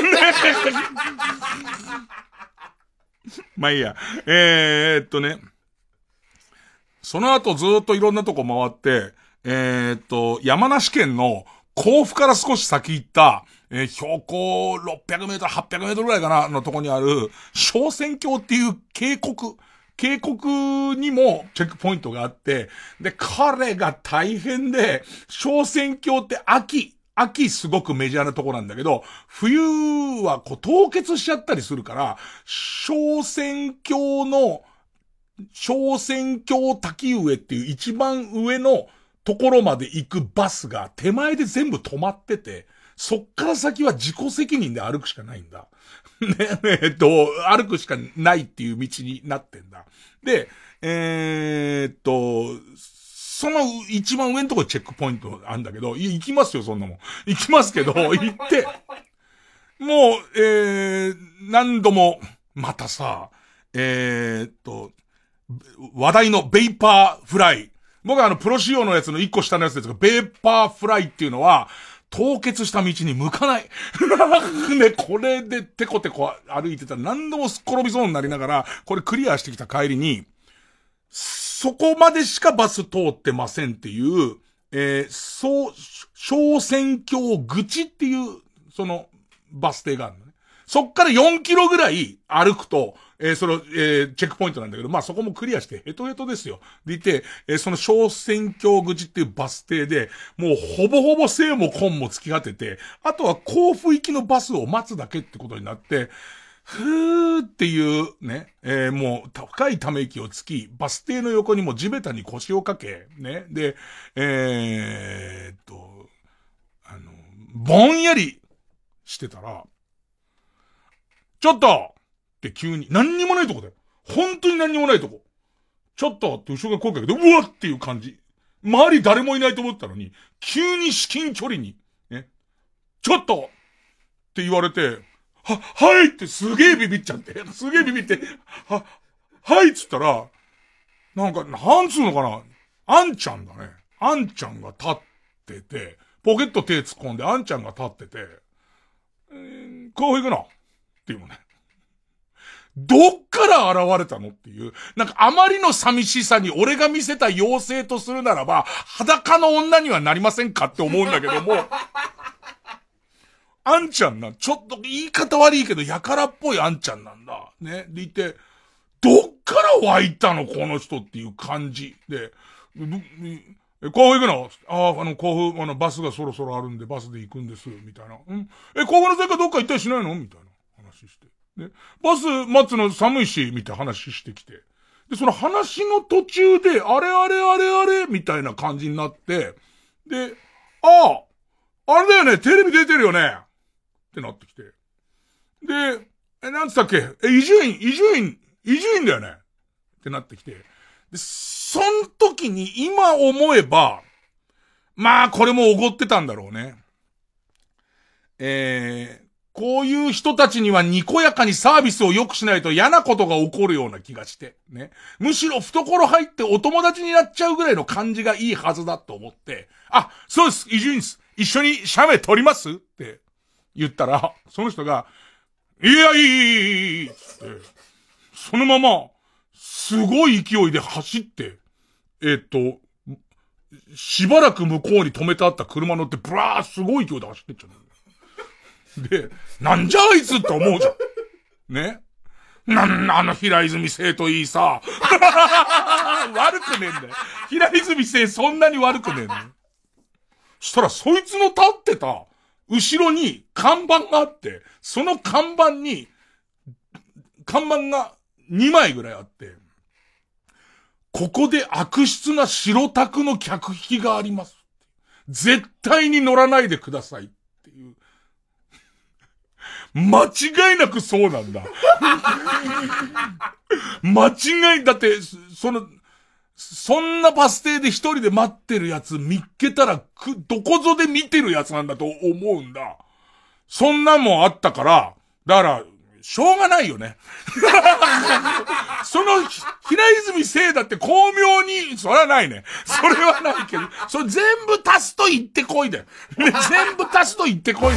C: まあいいや。えー、っとね。その後ずーっといろんなとこ回って、えー、っと、山梨県の甲府から少し先行った、えー、標高ろっぴゃくメートル、はっぴゃくメートルぐらいかな、のとこにある、昇仙峡っていう渓谷、渓谷にもチェックポイントがあって、で、彼が大変で、昇仙峡って秋、秋すごくメジャーなとこなんだけど、冬はこう凍結しちゃったりするから、昇仙峡の、昇仙峡滝上っていう一番上のところまで行くバスが手前で全部止まってて、そっから先は自己責任で歩くしかないんだ。ね、えっと、歩くしかないっていう道になってんだ。で、えー、っと、その一番上のところにチェックポイントあるんだけど、い行きますよ、そんなもん。行きますけど、行って、もう、えー、何度も、またさ、えー、っと、話題のベイパーフライ。僕はあの、プロ仕様のやつの一個下のやつですが、ベイパーフライっていうのは、凍結した道に向かない。ね、これでテコテコ歩いてたら何度もすっ転びそうになりながら、これクリアしてきた帰りに、そこまでしかバス通ってませんっていう、えー、そう、昇仙峡口っていう、その、バス停があるのね。そっからよんキロぐらい歩くと、えー、その、えー、チェックポイントなんだけど、まあ、そこもクリアしてヘトヘトですよ。でいて、えー、その昇仙峡口っていうバス停で、もうほぼほぼ生も根も突き果てて、あとは甲府行きのバスを待つだけってことになって、ふーっていうね、えー、もう深いため息をつき、バス停の横にも地べたに腰をかけ、ね、で、えー、っと、あの、ぼんやりしてたら、ちょっとって急に、何にもないとこだよ。本当に何にもないとこ。ちょっとって後ろが声かけて、うわっていう感じ。周り誰もいないと思ったのに、急に至近距離に、ね、ちょっとって言われて、は、はいってすげえビビっちゃって、すげえビビって、は、はいっつったら、なんか、なんつうのかな、あんちゃんだね。あんちゃんが立ってて、ポケット手突っ込んであんちゃんが立ってて、えー、こう行くのっていうのね。どっから現れたのっていう。なんかあまりの寂しさに俺が見せた妖精とするならば、裸の女にはなりませんかって思うんだけども、あんちゃんな、ちょっと言い方悪いけど、やからっぽいあんちゃんなんだ。ね。でいて、どっから湧いたのこの人っていう感じで、え、甲府行くの？ああ、あの、甲府、あの、バスがそろそろあるんで、バスで行くんです、みたいな。んえ、甲府のせいかどっか行ったりしないのみたいな話して。で、バス待つの寒いし、みたいな話してきて。で、その話の途中で、あれあれあれあれ、みたいな感じになって、で、ああ、あれだよね、テレビ出てるよねってなってきて。で、え、なんつったっけえ、伊集院、伊集院、伊集院だよねってなってきて。で、そん時に今思えば、まあこれもおごってたんだろうね。えー、こういう人たちにはにこやかにサービスを良くしないと嫌なことが起こるような気がして。ね。むしろ懐入ってお友達になっちゃうぐらいの感じがいいはずだと思って、あ、そうです、伊集院です。一緒に写メ撮りますって言ったら、その人が、 いや、いい、いい、いい、つって、そのまま、すごい勢いで走って、えっと、しばらく向こうに止めてあった車乗って、ブラーすごい勢いで走ってっちゃう。で、なんじゃあいつって思うじゃん。ね。なんあの平泉聖といいさ。悪くねえんだよ。平泉聖そんなに悪くねえんだよ。したらそいつの立ってた後ろに看板があって、その看板に、看板がにまいぐらいあって、ここで悪質な白タクの客引きがあります。絶対に乗らないでくださいっていう。間違いなくそうなんだ。間違い、だって、その、そんなバス停で一人で待ってるやつ見っけたら、く、どこぞで見てるやつなんだと思うんだ。そんなんもあったから、だから、しょうがないよね。その、平泉聖だって巧妙に、それはないね。それはないけど、それ全部足すと言ってこいで。ね、全部足すと言ってこいで。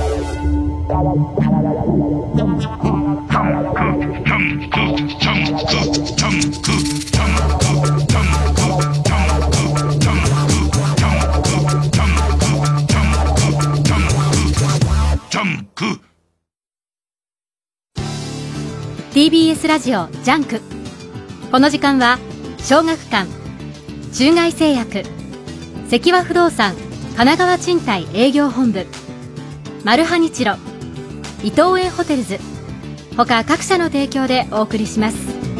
E: ティービーエス ラジオジャンク。この時間は小学館、中外製薬、関和不動産神奈川賃貸営業本部、マルハニチロ、伊東園ホテルズ他各社の提供でお送りします。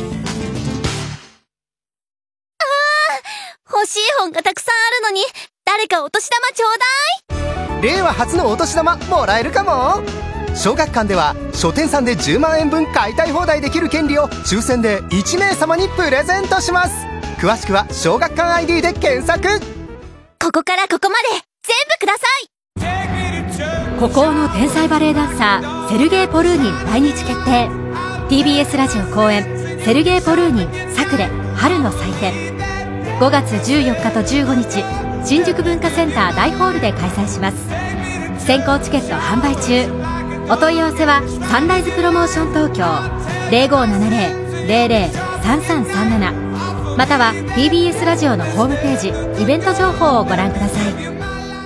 M: あー、欲しい本がたくさんあるのに誰かお年玉ちょうだい。
R: 令和初のお年玉もらえるかも。小学館では書店さんでじゅうまんえんぶん買いたい放題できる権利を抽選でいちめいさまにプレゼントします。詳しくは小学館 アイディー で検索。
M: ここからここまで全部ください。
E: 孤高の天才バレエダンサーセルゲイ・ポルーニン来日決定。 ティービーエス ラジオ公演セルゲイ・ポルーニンサクレ春の祭典、ごがつじゅうよっかとじゅうごにち新宿文化センター大ホールで開催します。先行チケット販売中。お問い合わせはサンライズプロモーション東京 ゼロごーななゼロ ゼロゼロ さんさんさんなな または ティービーエス ラジオのホームページイベント情報をご覧ください。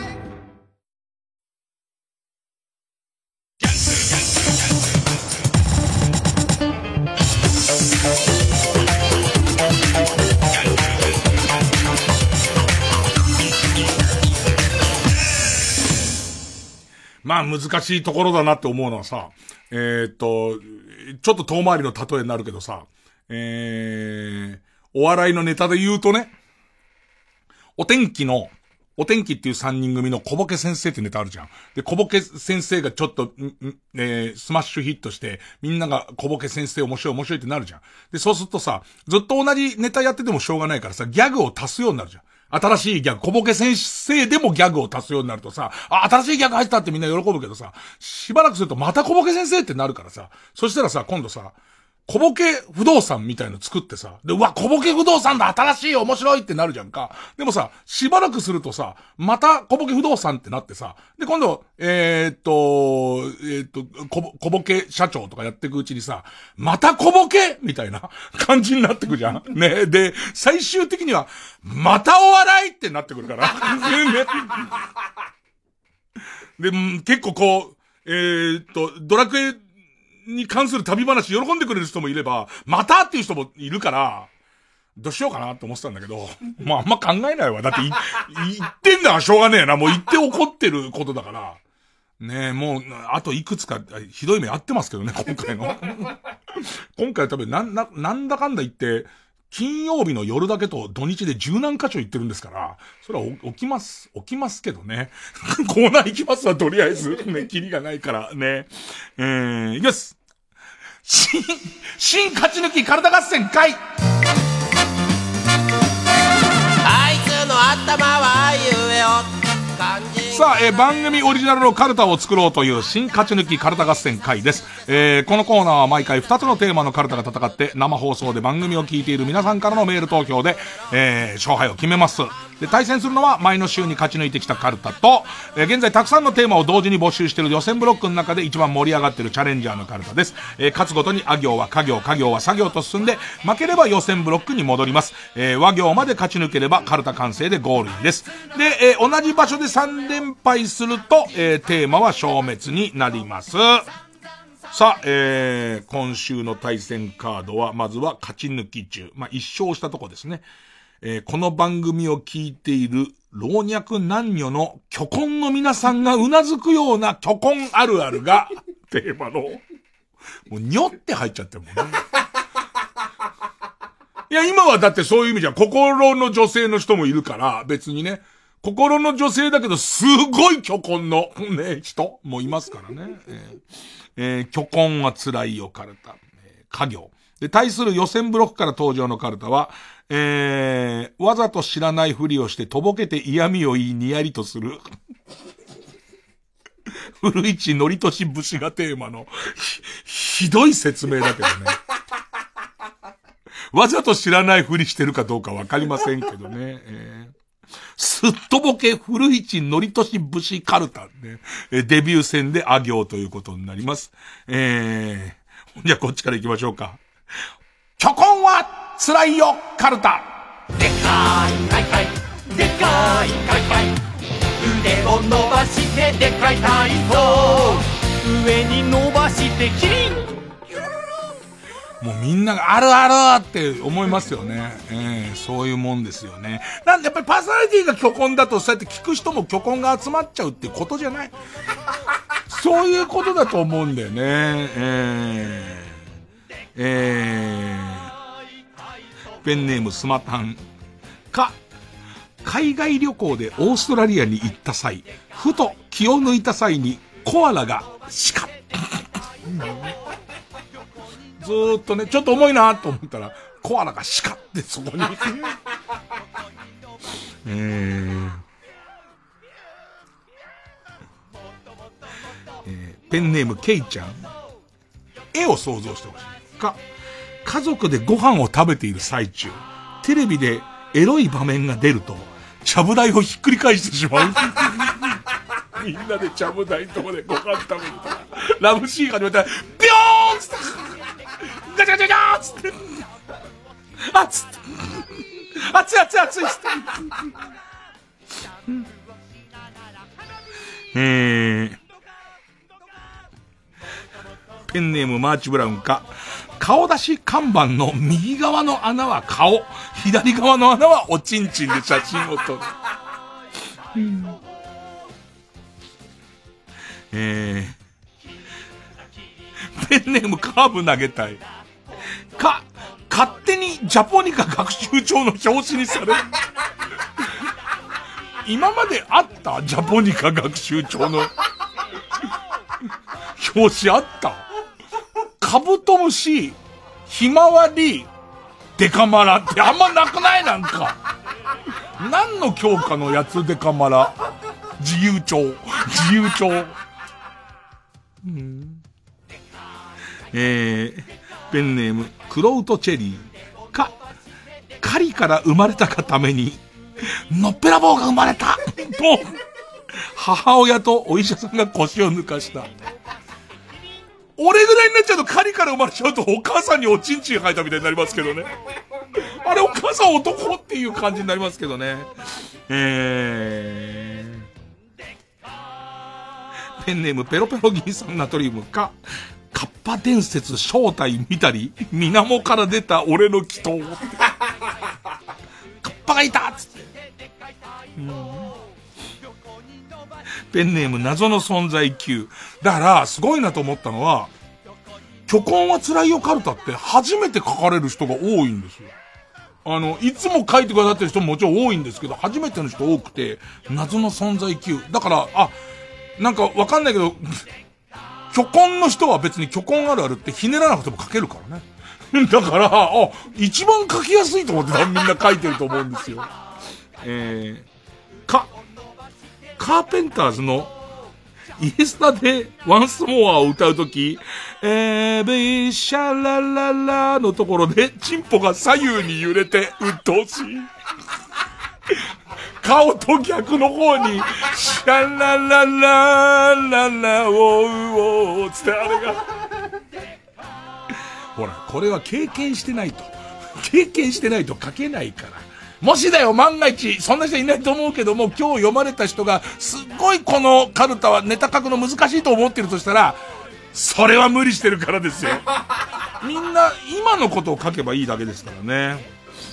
C: まあ難しいところだなって思うのはさ、えー、っと、ちょっと遠回りの例えになるけどさ、えー、お笑いのネタで言うとね、お天気の、お天気っていう三人組の小ボケ先生ってネタあるじゃん。で、小ボケ先生がちょっと、えー、スマッシュヒットして、みんなが小ボケ先生面白い面白いってなるじゃん。で、そうするとさ、ずっと同じネタやっててもしょうがないからさ、ギャグを足すようになるじゃん。新しいギャグ、小ボケ先生でもギャグを足すようになるとさ、あ、新しいギャグ入ったってみんな喜ぶけどさ、しばらくするとまた小ボケ先生ってなるからさ、そしたらさ、今度さ、小ボケ不動産みたいの作ってさ、で、うわ、小ボケ不動産だ、新しい面白いってなるじゃんか。でもさ、しばらくするとさ、また小ボケ不動産ってなってさ、で、今度、えー、っと、えー、っと、小, 小ボケ社長とかやっていくうちにさ、また小ボケみたいな感じになってくじゃん。ね。で、最終的には、またお笑いってなってくるから。ね、で、結構こう、えー、っと、ドラクエ、に関する旅話喜んでくれる人もいれば、またっていう人もいるから、どうしようかなって思ってたんだけど、まああんま考えないわ。だってい、言ってんだからしょうがねえな。もう言って怒ってることだから。ねえ、もう、あといくつか、ひどい目あってますけどね、今回の。今回多分、なん、な、なんだかんだ言って、金曜日の夜だけと土日で十何箇所行ってるんですから、それは起きます、起きますけどね。コーナー行きますわ、とりあえず。ね、キリがないからね。えー、いきます。新、新勝ち抜き体合戦会。
L: あいつの頭は言えよ。
C: さあ、えー、番組オリジナルのカルタを作ろうという新勝ち抜きカルタ合戦会です。えー、このコーナーは毎回ふたつのテーマのカルタが戦って生放送で番組を聞いている皆さんからのメール投票で、えー、勝敗を決めます。 で、対戦するのは前の週に勝ち抜いてきたカルタと、えー、現在たくさんのテーマを同時に募集している予選ブロックの中で一番盛り上がっているチャレンジャーのカルタです。えー、勝つごとにあ行は家行、家行は作業と進んで、負ければ予選ブロックに戻ります。えー、和行まで勝ち抜ければカルタ完成でゴールインです。で、えー、同じ場所でさん連敗すると、えー、テーマは消滅になります。さあ、えー、今週の対戦カードは、まずは勝ち抜き中。まあ、一勝したとこですね。えー、この番組を聞いている老若男女の巨根の皆さんがうなずくような巨根あるあるが、テーマの、もうにょって入っちゃってるもんね。いや、今はだってそういう意味じゃ、心の女性の人もいるから、別にね、心の女性だけど、すごい巨根の、ね、人もいますからね。えーえー、巨根は辛いよカルタ、えー、家業。で、対する予選ブロックから登場のカルタは、えー、わざと知らないふりをしてとぼけて嫌味を言いにやりとする。古市のりとし節がテーマの、ひ、ひどい説明だけどね。わざと知らないふりしてるかどうかわかりませんけどね。えーすっとぼけ古市のりとし節カルタね。デビュー戦であ行ということになります。えー、じゃあこっちから行きましょうか。巨根は辛いよカルタ。
L: でかいかいかい、でかいかいかい、腕を伸ばしてでかい体操、上に伸ばしてキリン。
C: もうみんながあるあるって思いますよね。えー、そういうもんですよね。なんでやっぱりパーソナリティが巨根だとそうやって聞く人も巨根が集まっちゃうっていうことじゃない。そういうことだと思うんだよね。えー、えー、ペンネームスマタン。か、海外旅行でオーストラリアに行った際、ふと気を抜いた際にコアラがシカッ。ずーっとね、ちょっと重いなと思ったら、コアラがシカってそこに。えーえー、ペンネームケイちゃん。絵を想像してほしい。か、家族でご飯を食べている最中、テレビでエロい場面が出ると、ちゃぶ台をひっくり返してしまう。みんなでちゃぶ台のとこでご飯食べるとか、ラブシーン始めたら、ビョーンつってガチャガチャガチャーつって。あっつって。熱い熱い熱いつって。えー。ペンネームマーチブラウンか。顔出し看板の右側の穴は顔。左側の穴はおちんちんで写真を撮る。えー。ペンネームカーブ投げたい。か、勝手にジャポニカ学習帳の表紙にされる。今まであったジャポニカ学習帳の表紙あった？カブトムシ、ひまわり、デカマラってあんまなくない？なんか。何の教科のやつデカマラ。自由帳。自由帳。うん、えー、ペンネームクロウトチェリーか、狩りから生まれたがためにのっぺらぼうが生まれたと母親とお医者さんが腰を抜かした。俺ぐらいになっちゃうと狩りから生まれちゃうとお母さんにおちんちん生えたみたいになりますけどね。あれお母さん男っていう感じになりますけどね。えーペンネームペロペロ銀酸ナトリウムか、カッパ伝説正体見たり、水面から出た俺の祈祷。カッパがいたっつって、うん、ペンネーム謎の存在級。だからすごいなと思ったのは、巨根は辛いよカルタって初めて書かれる人が多いんですよ。あのいつも書いてくださってる人ももちろん多いんですけど、初めての人多くて、謎の存在級だから、あ、なんかわかんないけど、巨根の人は別に巨根あるあるってひねらなくても書けるからね。だから、あ、一番書きやすいと思ってみんな書いてると思うんですよ。えー、か、カーペンターズのイエスタデーワンスモアを歌うとき、エビシャラララのところでチンポが左右に揺れて鬱陶しい。 顔と逆の方に、シャラララララウォーウォーつってあれが。ほら、これは経験してないと。経験してないと書けないから。もしだよ、万が一、そんな人いないと思うけども、今日読まれた人が、すっごいこのカルタはネタ書くの難しいと思ってるとしたら、それは無理してるからですよ。みんな、今のことを書けばいいだけですからね。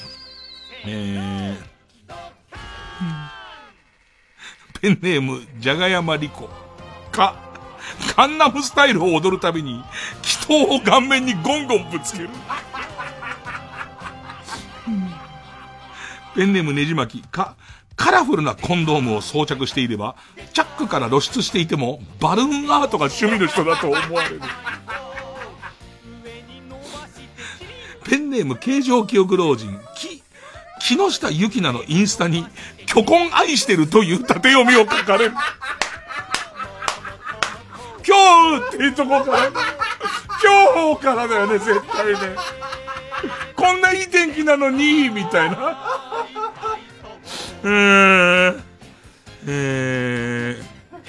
C: えー、ペンネーム、じゃがやまりこ。か、カンナムスタイルを踊るたびに、祈祷を顔面にゴンゴンぶつける。ペンネームねじ巻き。か、カラフルなコンドームを装着していれば、チャックから露出していても、バルーンアートが趣味の人だと思われる。ペンネーム形状記憶老人。き、木下ゆきなのインスタに、虚婚愛してるという縦読みを書かれる。今日っていうとこから、今日からだよね、絶対ね。こんないい天気なのに、みたいな。うーん。え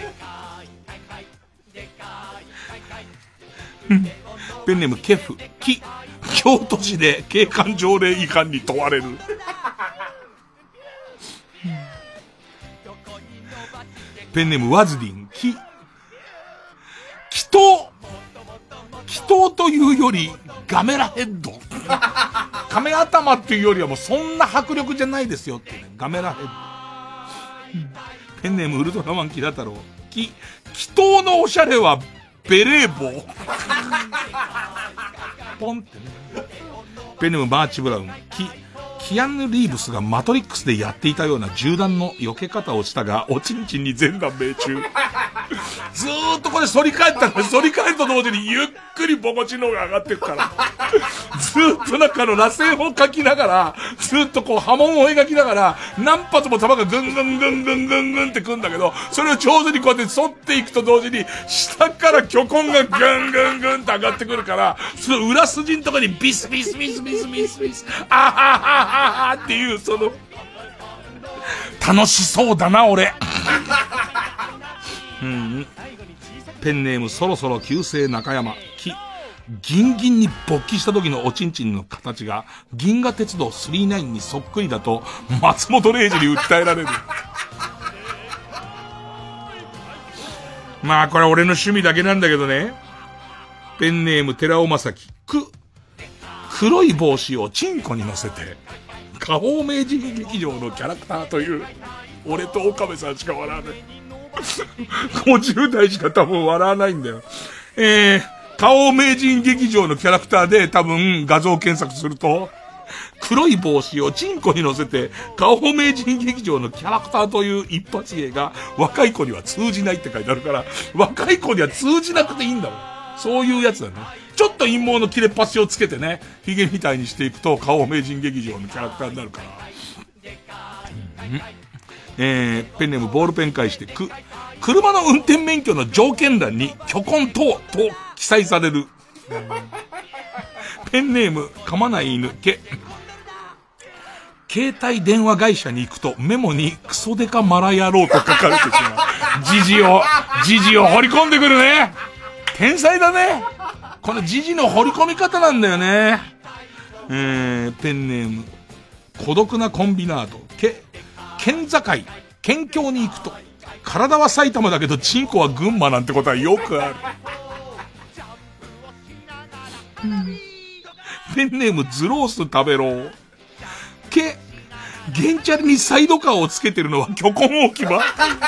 C: ー。ペンネームケフ。キ。京都市で景観条例違反に問われる。ペンネームワズディン。キ。祈祷。祈祷というより、ガメラヘッド。亀頭っていうよりはもうそんな迫力じゃないですよってね。ガメラヘッド。ペンネームウルトラマンキラ太郎。き、祈祷のおしゃれはベレー帽。ポンってね。ペンネームマーチブラウン。き、キアヌ・リーブスがマトリックスでやっていたような銃弾の避け方をしたが、おちんちんに全弾命中。ずーっとこれ反り返ったら、反り返ると同時にゆっくりボコチの方が上がっていくから。ずーっとなんかの螺旋を描きながら、ずーっとこう波紋を描きながら、何発も弾がぐんぐんぐんぐんぐんぐんってくんだけど、それを上手にこうやって反っていくと同時に、下から巨根がぐんぐんぐんって上がってくるから、その裏筋のところにビスビスビスビスビスビス、あははははっていう、その、楽しそうだな、俺。うん。ペンネームそろそろ旧姓中山。き、ギンギンに勃起した時のおちんちんの形が銀河鉄道スリーナインにそっくりだと松本零士に訴えられる。まあこれ俺の趣味だけなんだけどね。ペンネーム寺尾正樹。く、黒い帽子をチンコに乗せて花王名人劇場のキャラクターという俺と岡部さんしか笑わない。ごじゅう代しか多分笑わないんだよ。えー、花王名人劇場のキャラクターで多分画像検索すると、黒い帽子をチンコに乗せて、花王名人劇場のキャラクターという一発芸が若い子には通じないって書いてあるから、若い子には通じなくていいんだもん。そういうやつだね。ちょっと陰謀の切れっ端をつけてね、ヒゲみたいにしていくと花王名人劇場のキャラクターになるから。うんえー、ペンネームボールペン返してく、車の運転免許の条件欄に虚婚等と記載される。ペンネーム噛まない犬け、携帯電話会社に行くとメモにクソデカマラ野郎と書かれてしまう。ジジを、ジジを掘り込んでくるね。天才だね。このジジの掘り込み方なんだよね。えー、ペンネーム孤独なコンビナートけ、県境、県境に行くと、体は埼玉だけど、チンコは群馬なんてことはよくある。うん、ペンネームズロース食べろ。け、ゲンチャリにサイドカーをつけてるのは虚婚置き場。よ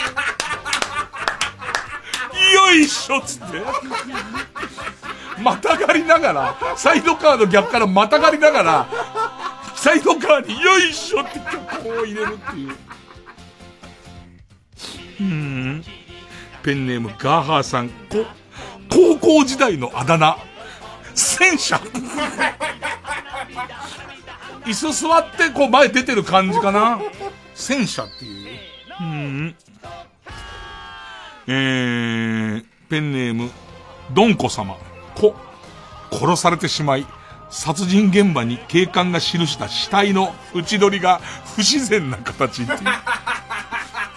C: いしょっつって。またがりながら、サイドカーの逆からまたがりながら、サイドカーによいしょって曲を入れるっていう。うーん。ペンネームガーハーさん。こ、高校時代のあだ名。戦車。椅子座ってこう前出てる感じかな。戦車っていう。うーん。えー、ペンネームドンコ様。こ、殺されてしまい、殺人現場に警官が記した死体の縁取りが不自然な形っていう。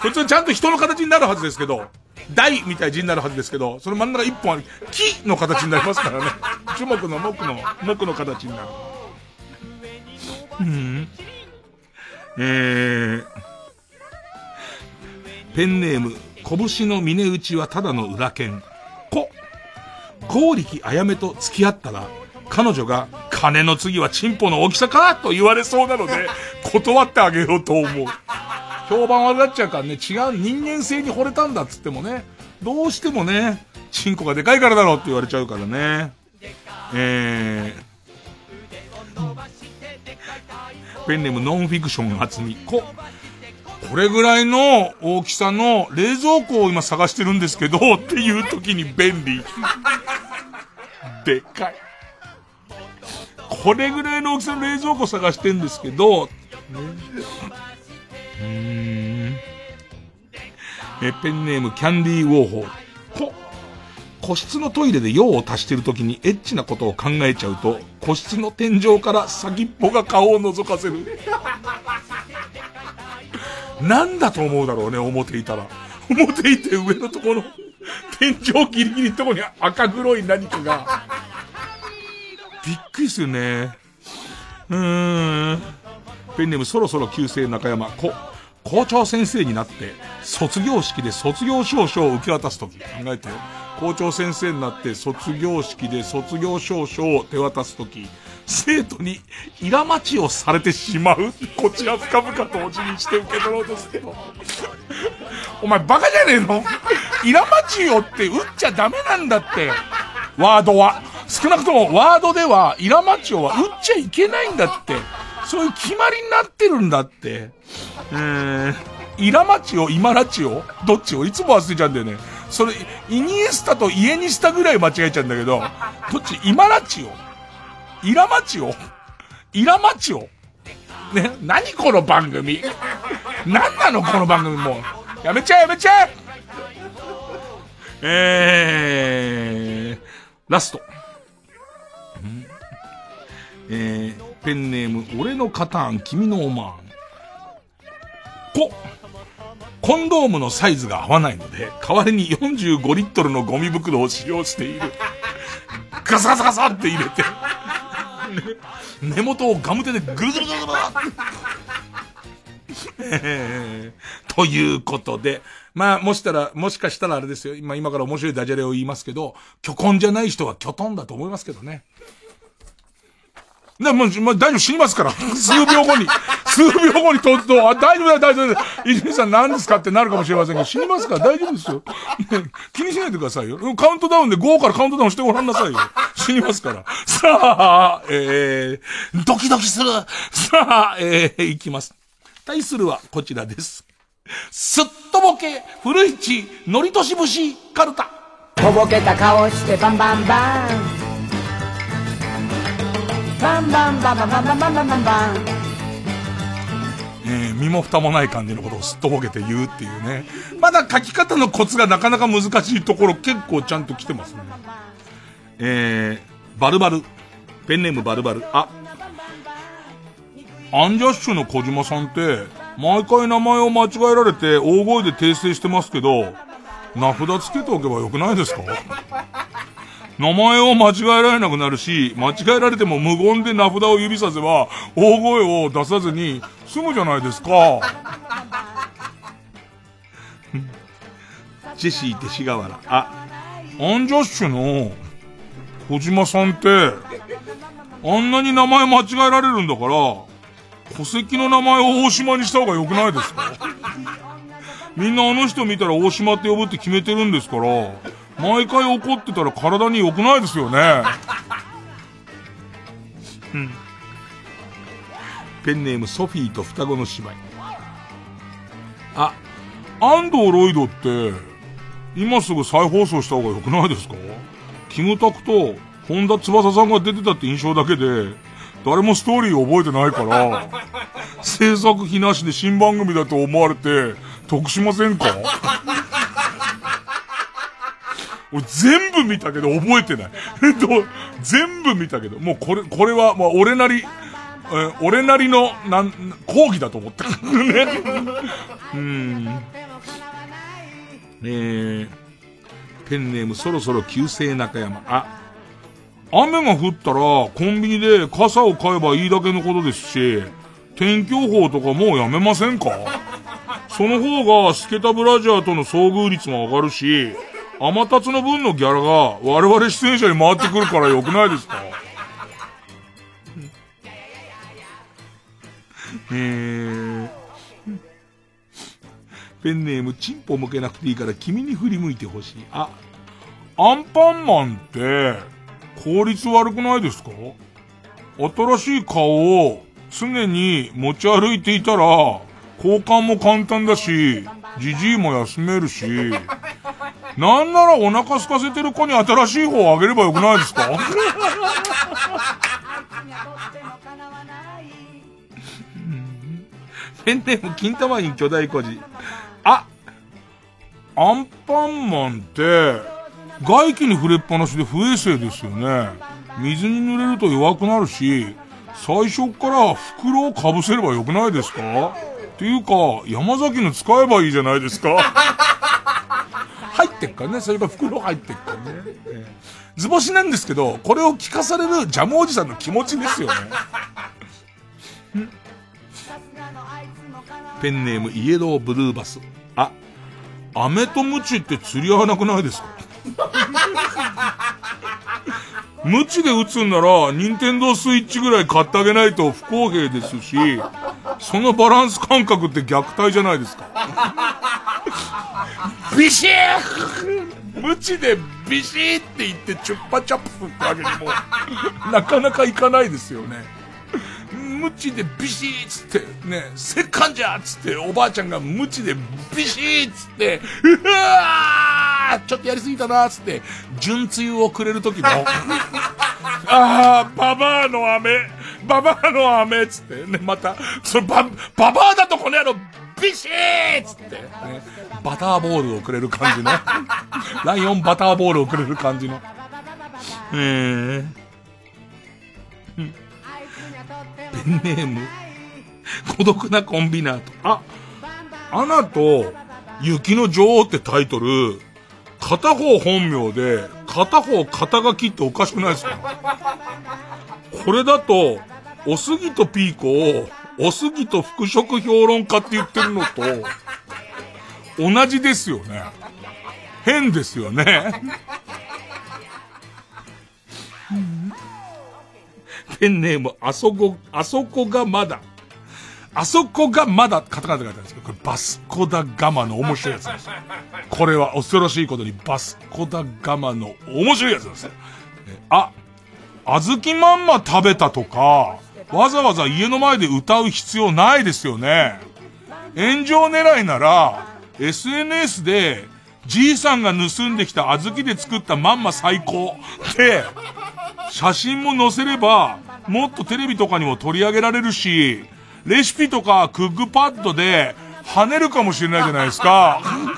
C: 普通ちゃんと人の形になるはずですけど、台みたいにになるはずですけど、その真ん中一本ある木の形になりますからね。樹木の木の木の形になる。うん。えー、ペンネーム拳の峰打ちはただの裏剣。こ剛力あやめと付き合ったら彼女が金の次はチンポの大きさかと言われそうなので断ってあげようと思う。評判悪がっちゃうからね、違う人間性に惚れたんだっつってもね、どうしてもね、チンコがでかいからだろうって言われちゃうからね。えー、ペンネームノンフィクション厚み。こ、これぐらいの大きさの冷蔵庫を今探してるんですけどっていう時に便利。でかい。これぐらいの大きさの冷蔵庫探してるんですけど、ね、うーんえペンネームキャンディーウォーホー。こ個室のトイレで用を足してるときにエッチなことを考えちゃうと個室の天井から先っぽが顔を覗かせる。なんだと思うだろうね、表いたら。表いて上のところ天井ギリギリのところに赤黒い何かがびっくりするね。うーんペンネームそろそろ旧姓中山。こ校長先生になって卒業式で卒業証書を受け渡すとき、考えてよ。校長先生になって卒業式で卒業証書を手渡すとき、生徒にイラマチをされてしまう。こちら深々とお辞儀して受け取ろうとするの。お前バカじゃねえの？イラマチをって打っちゃダメなんだって。ワードは少なくともワードではイラマチオは打っちゃいけないんだって。そういう決まりになってるんだって。えー、イラマチオ、イマラチオどっちをいつも忘れちゃうんだよね。それ、イニエスタとイエニスタぐらい間違えちゃうんだけど、どっちイマラチオイラマチオイラマチオね、何この番組何なのこの番組もう。やめちゃえやめちゃええー、ラスト。えー、ペンネーム俺のカターン君のオマーン。こコンドームのサイズが合わないので代わりによんじゅうごリットルのゴミ袋を使用している。ガサガサガサって入れて根元をガム手でぐるぐるぐるぐるえー、ということで、まあもしたらもしかしたらあれですよ、今今から面白いダジャレを言いますけど、巨根じゃない人は巨トンだと思いますけどね。ね、もう、まあ、大丈夫、死にますから。数秒後に、数秒後にとっと、あ、大丈夫だ、大丈夫だ。泉さん何ですかってなるかもしれませんけど、死にますから大丈夫ですよ。ね、気にしないでくださいよ。カウントダウンでごからカウントダウンしてごらんなさいよ。死にますから。さあ、えー、ドキドキする。さあ、えー、いきます。対するはこちらです。すっとぼけ、古市、のりとし節、カルタ。
S: とぼけた顔してバンバンバン。バンバンバンバンバンバンバンバンバンバン。
C: えー、身も蓋もない感じのことをすっとぼけて言うっていうね。まだ書き方のコツがなかなか難しいところ結構ちゃんと来てますね。えー、バルバル。ペンネームバルバル。あ、アンジャッシュの小島さんって毎回名前を間違えられて大声で訂正してますけど、名札つけておけばよくないですか？名前を間違えられなくなるし、間違えられても無言で名札を指させば大声を出さずに済むじゃないですか。ジェシー勅使河原。あ、アンジャッシュの小島さんってあんなに名前間違えられるんだから、戸籍の名前を大島にした方がよくないですか？みんなあの人見たら大島って呼ぶって決めてるんですから、毎回怒ってたら体に良くないですよね。うん。ペンネームソフィーと双子の姉妹。あ、安藤ロイドって今すぐ再放送した方が良くないですか？キムタクと本田翼さんが出てたって印象だけで誰もストーリーを覚えてないから制作費なしで新番組だと思われて得しませんか？俺全部見たけど覚えてない。全部見たけど、もうこれ、これは、まあ俺なり、えー、俺なりの、なん、講義だと思ってるね。うん。 えー、ペンネームそろそろ旧姓中山。あ、雨が降ったらコンビニで傘を買えばいいだけのことですし、天気予報とかもうやめませんか？その方がスケタブラジャーとの遭遇率も上がるし、天達の分のギャラが我々出演者に回ってくるから良くないですか？えー、ペンネームチンポ向けなくていいから君に振り向いてほしい。あ、アンパンマンって効率悪くないですか？新しい顔を常に持ち歩いていたら交換も簡単だし、ジジイも休めるし、なんならお腹空かせてる子に新しい方をあげればよくないですか？ペンネーム金玉院巨大孤児。あ、アンパンマンって外気に触れっぱなしで不衛生ですよね。水に濡れると弱くなるし、最初から袋をかぶせればよくないですか？っていうか山崎の使えばいいじゃないですか。入ってっからね、それが袋入ってっからね、えー、図星なんですけど、これを聞かされるジャムおじさんの気持ちですよね。ペンネームイエローブルーバス。あ、飴とムチって釣り合わなくないですか？ムチで打つんなら任天堂スイッチぐらい買ってあげないと不公平ですし、そのバランス感覚って虐待じゃないですか。ビシームチでビシーって言ってチュッパチャップってわけにもなかなかいかないですよね。ムチでビシーっつってね、せっかんじゃっつっておばあちゃんがムチでビシーっつって、うわーちょっとやりすぎたなっつって純つゆをくれる時もあーババアの飴ババアの飴っつってね、またそれバババアだとこの野郎ビシーっつって、ね、バターボールをくれる感じのライオンバターボールをくれる感じのえーペンネーム孤独なコンビナート。あ、アナと雪の女王ってタイトル、片方本名で片方肩書きっておかしくないですか？これだとおすぎとピーコをおすぎと服飾評論家って言ってるのと同じですよね。変ですよね。ペンネームあそこあそこがまだあそこがまだカタカナで書いてあるんですけど、これバスコダガマの面白いやつなんですよ。これは恐ろしいことにバスコダガマの面白いやつなんですよ。あ、あずきまんま食べたとかわざわざ家の前で歌う必要ないですよね。炎上狙いなら エスエヌエス でじいさんが盗んできた小豆で作ったまんま最高って写真も載せればもっとテレビとかにも取り上げられるし、レシピとかクックパッドで跳ねるかもしれないじゃないですか。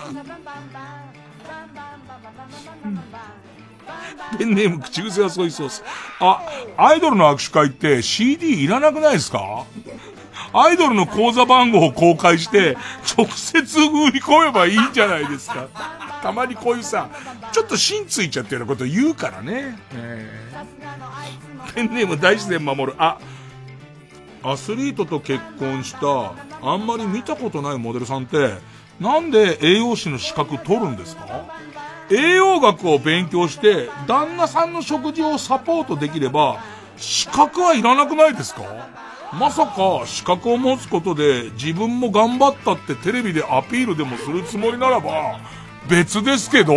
C: ペンネーム口癖はソイソース。あ、アイドルの握手会って シーディー いらなくないですか？アイドルの口座番号を公開して直接振り込めばいいんじゃないですか。たまにこういうさ、ちょっと芯ついちゃってるようなこと言うからね、えー、ペンネーム大自然守る。あ、アスリートと結婚したあんまり見たことないモデルさんってなんで栄養士の資格取るんですか？栄養学を勉強して旦那さんの食事をサポートできれば資格はいらなくないですか？まさか資格を持つことで自分も頑張ったってテレビでアピールでもするつもりならば別ですけど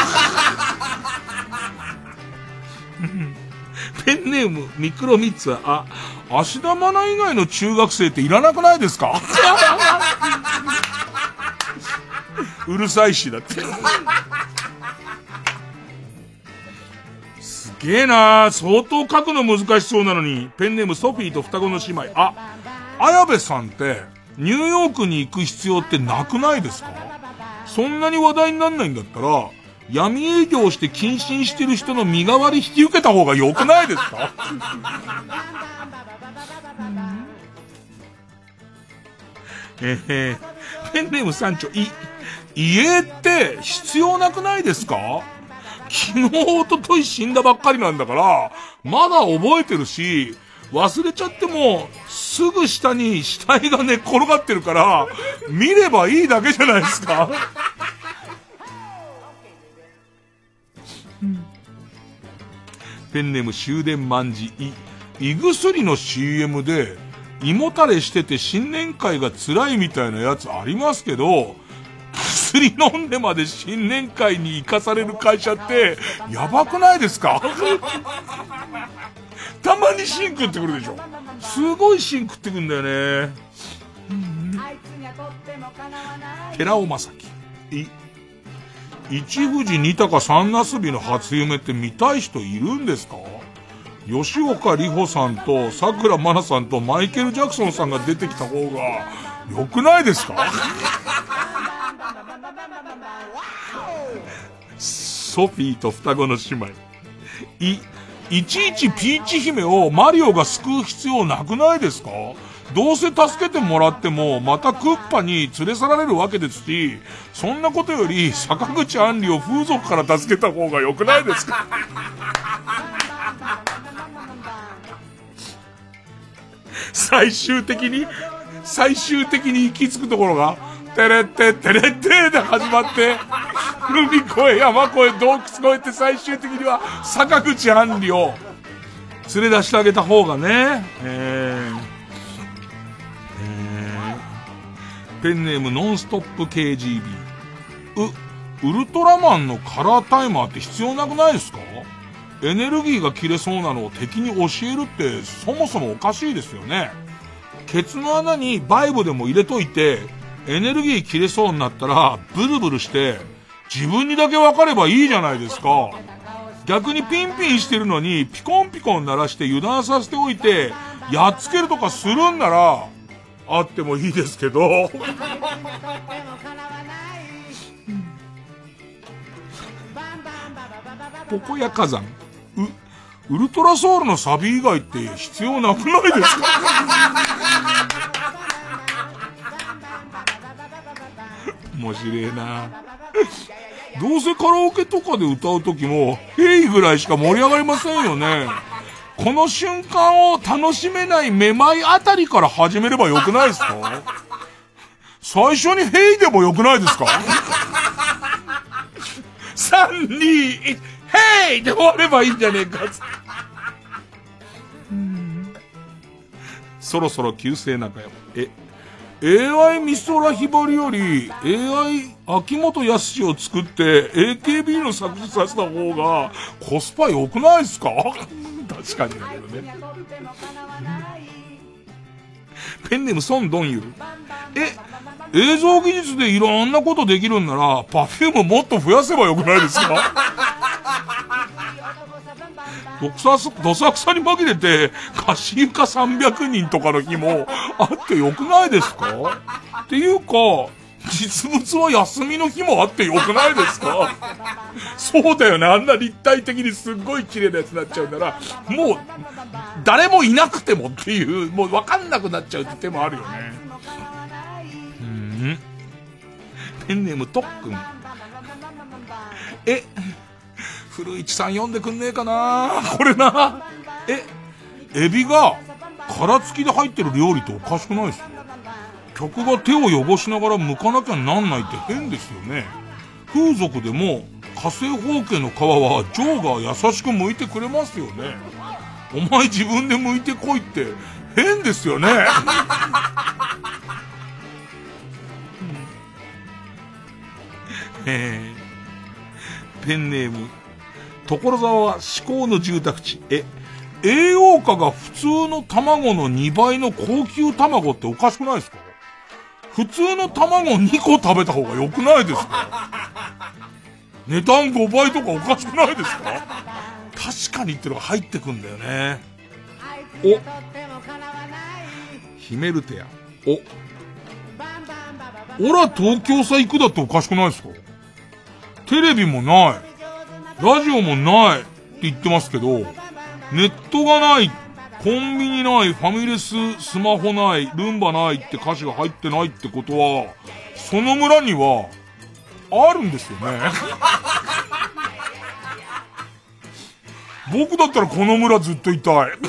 C: ペンネームミクロミッツは、あ、芦田愛菜以外の中学生っていらなくないですか？うるさいしだってすげえなー、相当書くの難しそうなのに。ペンネームソフィーと双子の姉妹。あ、綾部さんってニューヨークに行く必要ってなくないですか？そんなに話題になんないんだったら闇営業して謹慎してる人の身代わり引き受けた方が良くないですか？えー、 ペンネーム山頂、い、家って必要なくないですか？昨日、おととい死んだばっかりなんだから、まだ覚えてるし、忘れちゃっても、すぐ下に死体が寝っ転がってるから、見ればいいだけじゃないですか。うん、ペンネーム終電万事、い、胃薬の シーエム で、胃もたれしてて新年会が辛いみたいなやつありますけど、薬飲んでまで新年会に行かされる会社ってやばくないですか？たまに芯食ってくるでしょ。すごい芯食ってくんだよね。うん、寺尾正樹、い、一富士二鷹三なすびの初夢って見たい人いるんですか？吉岡里帆さんと桜まなさんとマイケル・ジャクソンさんが出てきた方が良くないですか？ソフィーと双子の姉妹、い、いちいちピーチ姫をマリオが救う必要なくないですか？どうせ助けてもらってもまたクッパに連れ去られるわけですし、そんなことより坂口杏里を風俗から助けた方が良くないですか？最終的に最終的に行き着くところがテレッテテレッテで始まって海越え山越え洞窟越えて最終的には坂口杏里を連れ出してあげた方がね、えーえー、ペンネームノンストップ ケージービー、 うウルトラマンのカラータイマーって必要なくないですか？エネルギーが切れそうなのを敵に教えるってそもそもおかしいですよね。ケツの穴にバイブでも入れといて、エネルギー切れそうになったらブルブルして自分にだけ分かればいいじゃないですか。逆にピンピンしてるのにピコンピコン鳴らして油断させておいてやっつけるとかするんならあってもいいですけどポコヤ火山、ウ、ウルトラソウルのサビ以外って必要なくないですか？面白いな。どうせカラオケとかで歌うときもヘイぐらいしか盛り上がりませんよね。この瞬間を楽しめないめまいあたりから始めればよくないですか？最初にヘイでもよくないですか？さん、に、いち、ヘイで終わればいいんじゃねえか。そろそろ旧姓仲山。え、エーアイ 美空ひばりより エーアイ 秋元康を作って エーケービー の作詞させた方がコスパ良くないですか？確かにだけどね。ペンネームソンドンユル。え、映像技術でいろんなことできるんならパフュームもっと増やせばよくないですか？どさす、どさくさに紛れて貸し床さんびゃくにんとかの日もあってよくないですか？っていうか実物は休みの日もあってよくないですか？そうだよね。あんな立体的にすっごい綺麗なやつになっちゃうならもう誰もいなくてもっていう、もう分かんなくなっちゃうって手もあるよね。うーん。ペンネームとっくん。え、古市さん読んでくんねえかなこれな。え、エビが殻付きで入ってる料理っておかしくないですか？客が手を汚しながら剥かなきゃなんないって変ですよね。風俗でも火星方形の皮はジョーが優しく剥いてくれますよね。お前自分で剥いてこいって変ですよね。えー、ペンネーム所沢は至高の住宅地。え、栄養価が普通の卵のにばいの高級卵っておかしくないですか？普通の卵にこ食べた方が良くないですか？値段ごばいとかおかしくないですか？確かにってのが入ってくんだよね。お、ヒメルテア。お、オラ東京さ行くだっておかしくないですか？テレビもない。ラジオもないって言ってますけど、ネットがない、コンビニない、ファミレス、スマホない、ルンバないって歌詞が入ってないってことは、 その村には、あるんですよね。僕だったらこの村ずっといたい。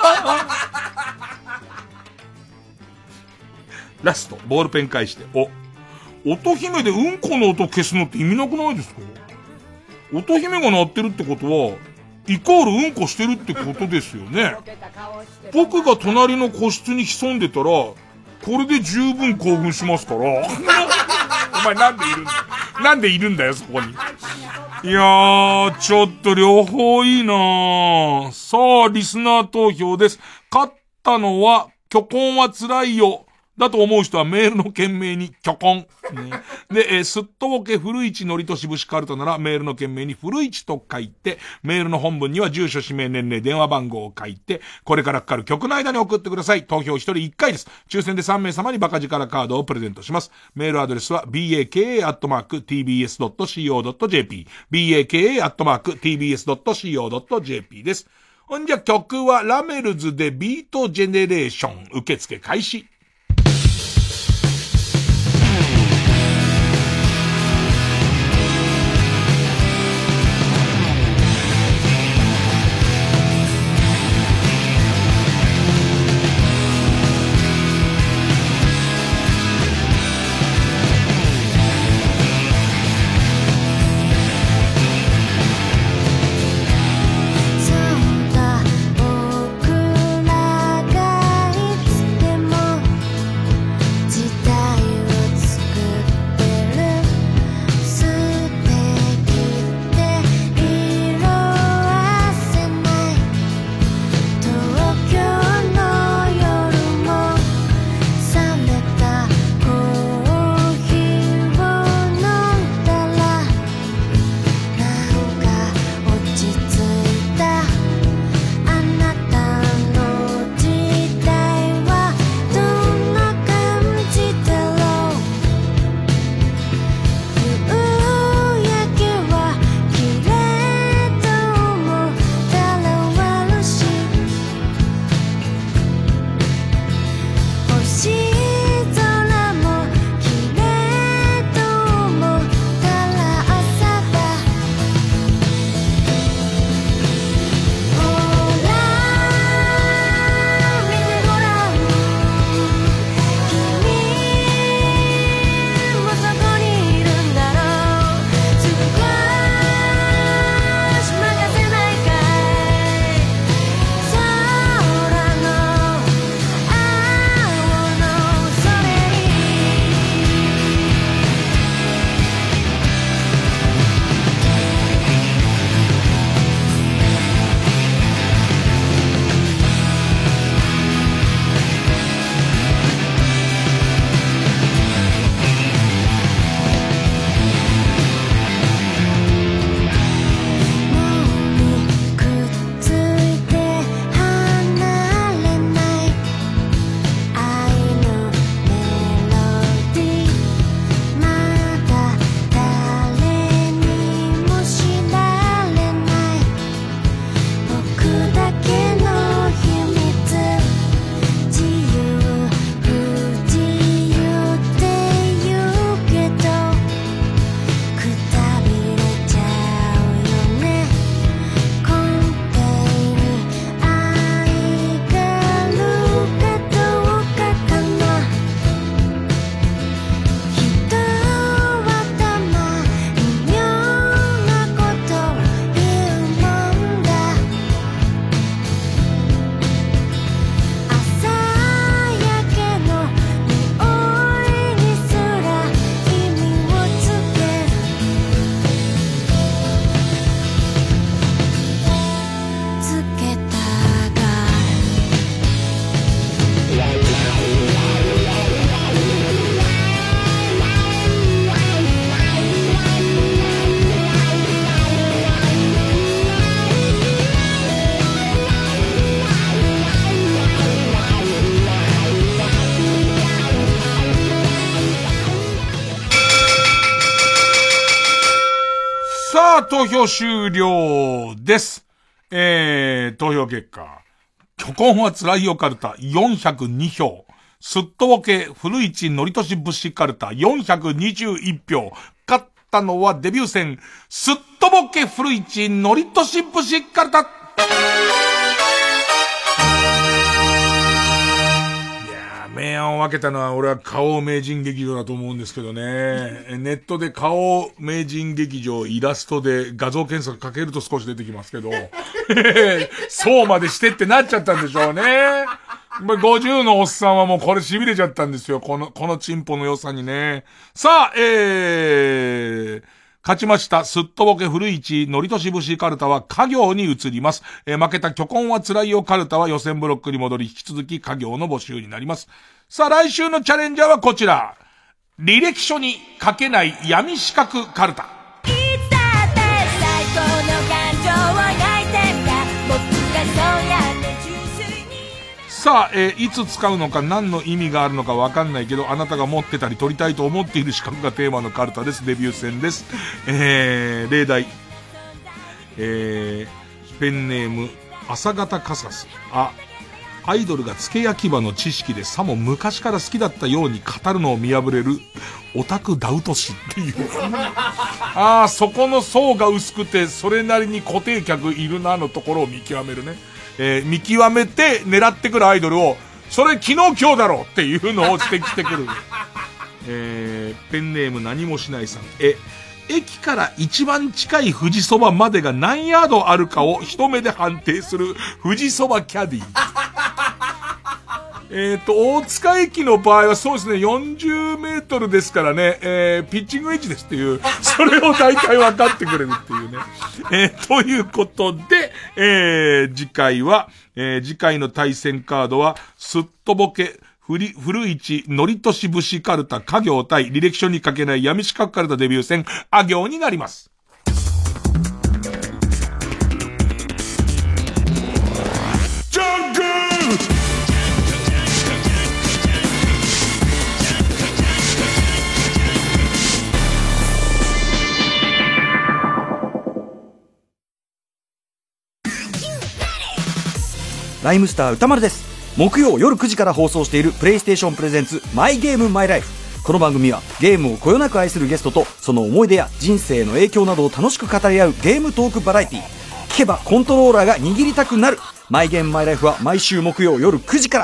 C: ラスト、ボールペン返して。お、音姫でうんこの音消すのって意味なくないですか？音姫が鳴ってるってことは、イコールうんこしてるってことですよね。僕が隣の個室に潜んでたら、これで十分興奮しますから。お前なんでいるんだよ。なんでいるんだよ、そこに。いやー、ちょっと両方いいなー。さあ、リスナー投票です。勝ったのは、虚婚は辛いよ。だと思う人はメールの件名に虚婚。ね、で、えー、すっとぼけ古市のりとしぶしカルトならメールの件名に古市と書いて、メールの本文には住所、氏名、年齢、電話番号を書いて、これからかかる曲の間に送ってください。投票ひとりいっかいです。抽選でさんめい様にバカ力カードをプレゼントします。メールアドレスは バカ アットマーク ティービーエス ドット シーオー ドット ジェーピー バカ アットマーク ティービーエス ドット シーオー ドット ジェーピー です。ほんじゃ曲はラメルズでビートジェネレーション受付開始。さあ、投票終了です。えー、投票結果。虚婚は辛いよカルタよんひゃくにひょう。 すっとぼけ古市のりとし節カルタよんひゃくにじゅういち票。勝ったのはデビュー戦、すっとぼけ古市のりとし節カルタ。明暗を分けたのは俺は花王名人劇場だと思うんですけどね。ネットで花王名人劇場イラストで画像検索かけると少し出てきますけど、そうまでしてってなっちゃったんでしょうね。ごじゅうのおっさんはもうこれ痺れちゃったんですよ。この、このチンポの良さにね。さあ、えー、勝ちました。すっとぼけ古市のりとし節カルタは家業に移ります。えー、負けた巨根は辛いよカルタは予選ブロックに戻り、引き続き家業の募集になります。さあ、来週のチャレンジャーはこちら。履歴書に書けない闇四角カルタ。
N: いつだって最高の感情を抱いてんだ。僕がそうやって純粋に。
C: さあ、えー、いつ使うのか何の意味があるのかわかんないけど、あなたが持ってたり取りたいと思っている四角がテーマのカルタです。デビュー戦です。えー、例題。えー、ペンネーム、朝方カサス。あ、アイドルが付け焼き場の知識でさも昔から好きだったように語るのを見破れるオタクダウト氏っていう。ああ、そこの層が薄くてそれなりに固定客いるなのところを見極めるね。えー、見極めて狙ってくるアイドルを、それ昨日今日だろっていうのを指摘してくる。えー、ペンネーム何もしないさん。え、駅から一番近い富士そばまでが何ヤードあるかを一目で判定する富士そばキャディ。えっと、大塚駅の場合はそうですね、よんじゅうメートルですからね、えー、ピッチングエッジですっていう、それを大体分かってくれるっていうね。えー、ということで、えー、次回は、えー、次回の対戦カードは、すっとぼけ、古市のりとし節カルタ家業対履歴書に書けない闇四角カルタデビュー戦あ行になります。ジャンク
T: ライムスター歌丸です。木曜夜くじから放送しているプレイステーションプレゼンツマイゲームマイライフ。この番組はゲームをこよなく愛するゲストとその思い出や人生への影響などを楽しく語り合うゲームトークバラエティー。聞けばコントローラーが握りたくなるマイゲームマイライフは毎週木曜夜くじから。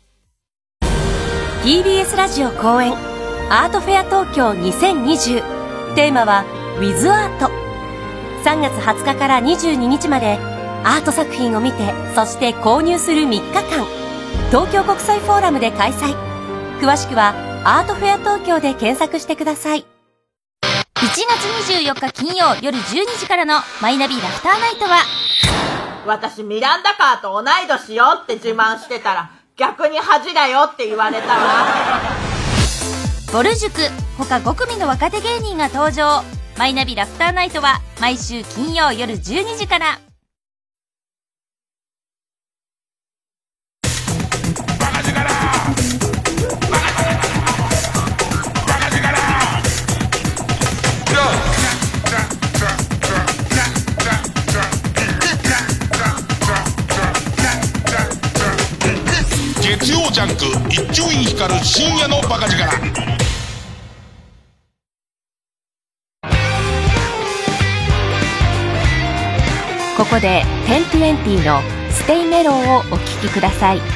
M: ティービーエス ラジオ公演アートフェア東京にせんにじゅう。テーマは With Art。 さんがつはつかからにじゅうににちまでアート作品を見て、そして購入するみっかかん、東京国際フォーラムで開催。詳しくはアートフェア東京で検索してください。
U: いちがつにじゅうよっか金曜夜じゅうにじからのマイナビラフターナイトは、
V: 私ミランダカーと同い年よって自慢してたら逆に恥だよって言われたわ。
U: ボル塾他ご組の若手芸人が登場。マイナビラフターナイトは毎週金曜夜じゅうにじから。
C: 月曜ジャンク一丁院光る深夜のバカ力。
M: ここでテントゥエンティのステイメロンをお聴きください。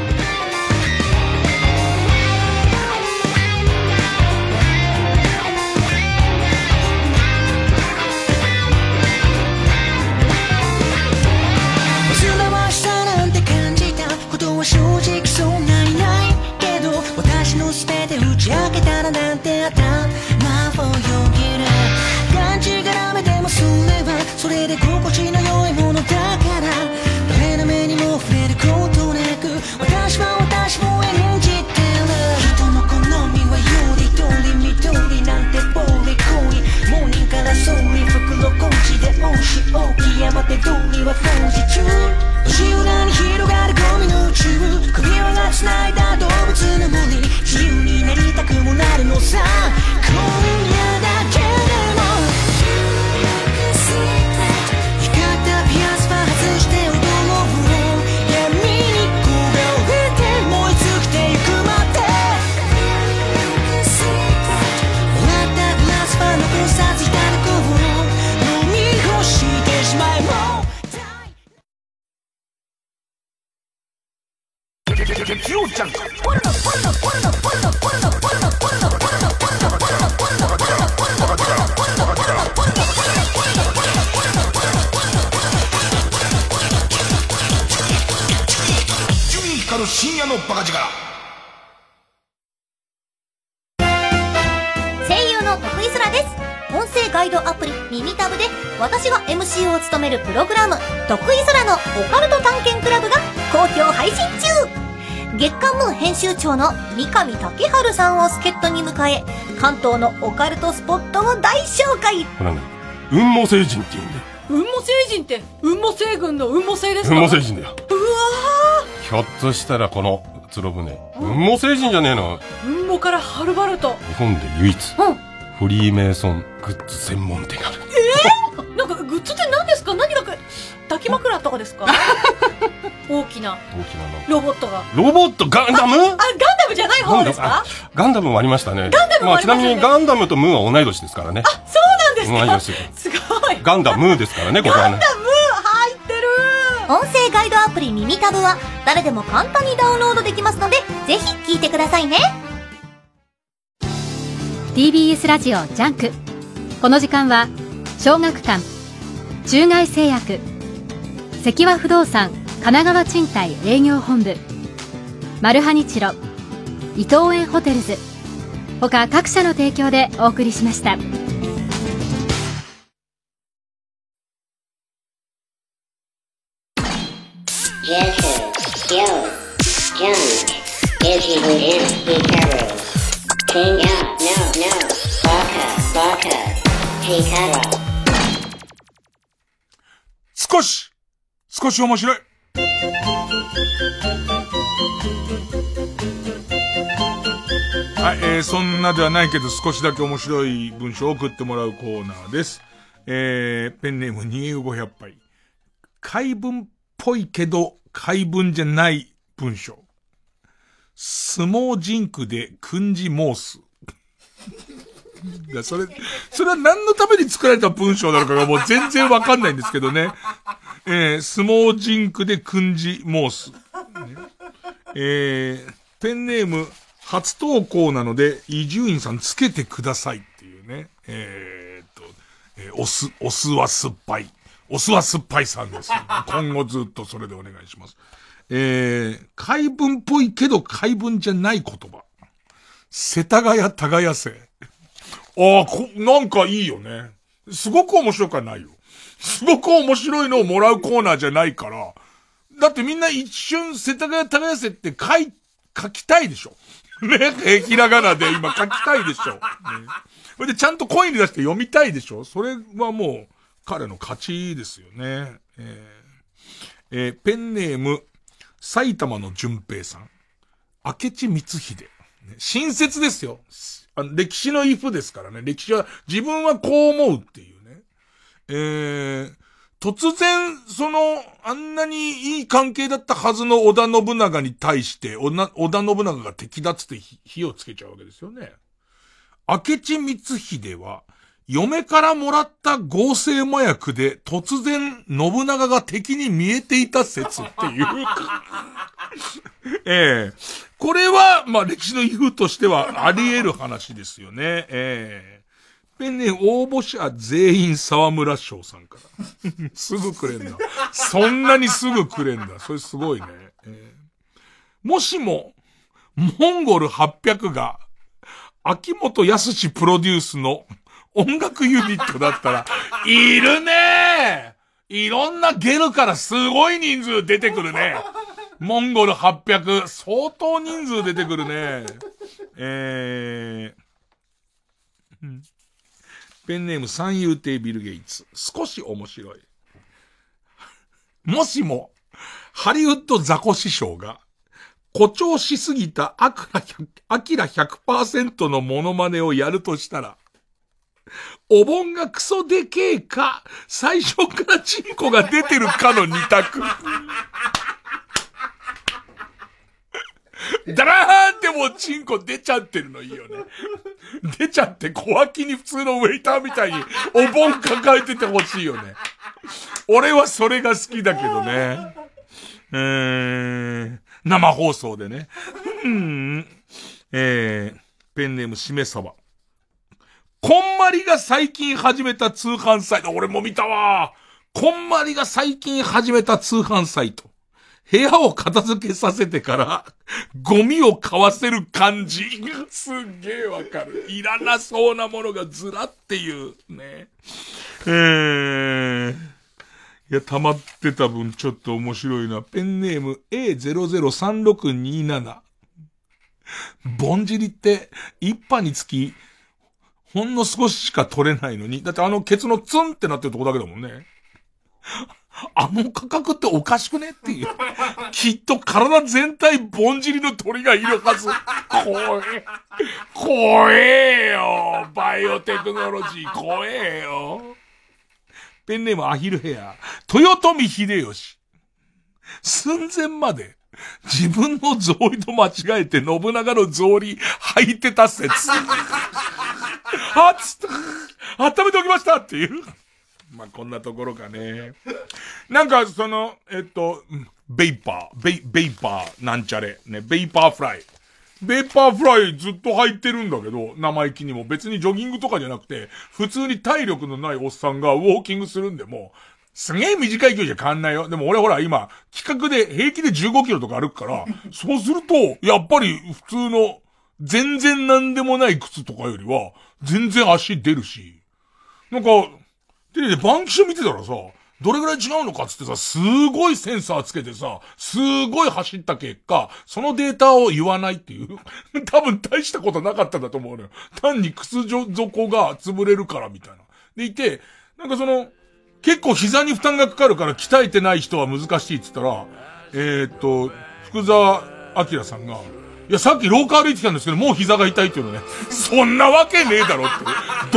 W: 正直そんなにないけど、私の全て打ち明けたらなんて頭をよぎる。がんじがらめでもすればそれで心地の良いものだから、誰の目にも触れることなく
C: 月曜ジャンク。
A: 伊集院光る深夜のバカ力。
U: 声優の徳井空です。音声ガイドアプリ耳タブで私が エムシー を務めるプログラム徳井空のオカルト探検クラブが好評配信中。月刊ムー編集長の三上竹春さんを助っ人に迎え、関東のオカルトスポットを大紹介。
B: これね、雲母星人って言うんだよ。
F: 雲母星人って雲母星群の雲母星ですか？
B: 雲母星人だよ。
F: うわ
B: ー、ひょっとしたらこのつろ船、雲母星人じゃねえの。
F: 雲母からはるばると
B: 日本で唯一、
F: うん、
B: フリーメイソングッズ専門店がある。
F: えー、なんかグッズって何ですか？何がか抱き枕とかですか？大きな
B: 大きなの
F: ロボットが。
B: ロボットガンダム？
F: あ、ガンダムじゃない方ですか？
B: ガンダムもありましたね。
F: ガンダムもありましたね。
B: まあ、ちなみにガンダムとムーは同い年ですからね。
F: あ、そうなんですか？
B: 同い年。
F: すごい。
B: ガンダムーですからね、ここはね。
F: ガンダム入ってる。
U: 音声ガイドアプリ耳タブは誰でも簡単にダウンロードできますので、ぜひ聞いてくださいね。
E: ティービーエス ラジオジャンク。この時間は小学館、中外製薬、関和不動産神奈川賃貸営業本部、マルハニチロ、伊藤園ホテルズ他各社の提供でお送りしました。
C: 少し少し面白い。はい、えー、そんなではないけど少しだけ面白い文章を送ってもらうコーナーです。えー、ペンネームにえうごひゃっぱい。怪文っぽいけど怪文じゃない文章。相撲ジンクで訓示申す。いや、それ、それは何のために作られた文章なのかがもう全然わかんないんですけどね。えー、相撲ジンクで訓示申す。ね、えー、ペンネーム、初投稿なので、伊集院さんつけてくださいっていうね。えーっと、えー、お酢、お酢は酸っぱい。お酢は酸っぱいさんです。今後ずっとそれでお願いします。えー、怪文っぽいけど怪文じゃない言葉。世田谷耕せ。ああ、こ、なんかいいよね。すごく面白くはないよ。すごく面白いのをもらうコーナーじゃないから。だってみんな一瞬世田谷耕せって書い、書きたいでしょ。ね、ひらがなで今書きたいでしょ。ね、それでちゃんと声に出して読みたいでしょ。それはもう彼の勝ちですよね。えーえー、ペンネーム、埼玉の淳平さん。明智光秀。親切ですよ。あの歴史のイフですからね。歴史は、自分はこう思うっていうね。えー、突然、その、あんなにいい関係だったはずの織田信長に対して、織田信長が敵だっつって火をつけちゃうわけですよね。明智光秀は、嫁からもらった合成麻薬で突然信長が敵に見えていた説っていう。ええー、これは、まあ歴史のイフとしてはあり得る話ですよね。ええー。ペンネ応募者全員沢村賞さんから。すぐくれんだ。そんなにすぐくれんだ。それすごいね。えー、もしも、モンゴルはっぴゃくが、秋元康プロデュースの音楽ユニットだったら、いるねー、いろんなゲルからすごい人数出てくるね。モンゴルはっぴゃく、相当人数出てくるね。えー、ペンネーム三遊亭ビルゲイツ。少し面白い。もしも、ハリウッドザコ師匠が、誇張しすぎたアキラ ひゃくパーセント のモノマネをやるとしたら、お盆がクソでけえか、最初からチンコが出てるかの二択。ダラーンってもうチンコ出ちゃってるのいいよね。出ちゃって小脇に普通のウェイターみたいにお盆抱えててほしいよね。俺はそれが好きだけどね。えー、 生放送でね。うん。えー、ペンネームしめさば。こんまりが最近始めた通販サイト。俺も見たわ。こんまりが最近始めた通販サイト。部屋を片付けさせてから、ゴミを買わせる感じ。すっげえわかる。いらなそうなものがずらっていう。ね。えー。いや、溜まってた分ちょっと面白いな。ペンネーム エーゼロゼロさんろくになな。ぼんじりって、一杯につき、ほんの少ししか取れないのに。だってあのケツのツンってなってるとこだけだもんね。あの価格っておかしくねっていう。きっと体全体ぼんじりの鳥がいるはず。怖え。怖えよ。バイオテクノロジー怖えよ。ペンネームアヒルヘア。豊臣秀吉。寸前まで自分の草履と間違えて信長の草履履いてた説。あっつった。温めておきましたっていう。まあ、こんなところかね。なんか、その、えっと、ベイパー、ベイ、ベイパー、なんちゃれ、ね、ベイパーフライ。ベイパーフライずっと履いてるんだけど、生意気にも別にジョギングとかじゃなくて、普通に体力のないおっさんがウォーキングするんでも、すげえ短い距離じゃ変わんないよ。でも俺ほら今、企画で平気でじゅうごキロとか歩くから、そうすると、やっぱり普通の、全然なんでもない靴とかよりは、全然足出るし。なんか、テレビでバンキショ見てたらさ、どれぐらい違うのかっつってさ、すごいセンサーつけてさ、すごい走った結果、そのデータを言わないっていう。多分大したことなかったんだと思うのよ。単に靴底が潰れるからみたいな。でいて、なんかその、結構膝に負担がかかるから鍛えてない人は難しいって言ったら、えー、っと、福沢明さんが、いや、さっき廊下歩いてきたんですけど、もう膝が痛いっていうのね。そんなわけねえだろって。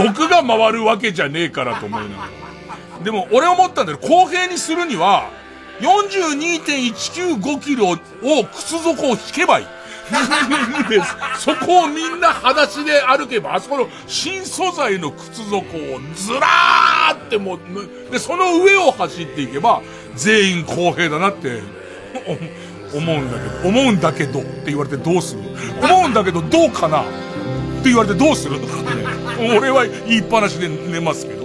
C: 毒が回るわけじゃねえからと思いながら。でも、俺思ったんだよ。公平にするには、よんじゅうにてんいちきゅうごキロを、靴底を引けばいい。そこをみんな裸足で歩けば、あそこの新素材の靴底をずらーってもう、で、その上を走っていけば、全員公平だなって、思うんだけど、思うんだけどって言われてどうする？思うんだけどどうかなって言われてどうする？ね、俺は言いっぱなしで寝ますけど。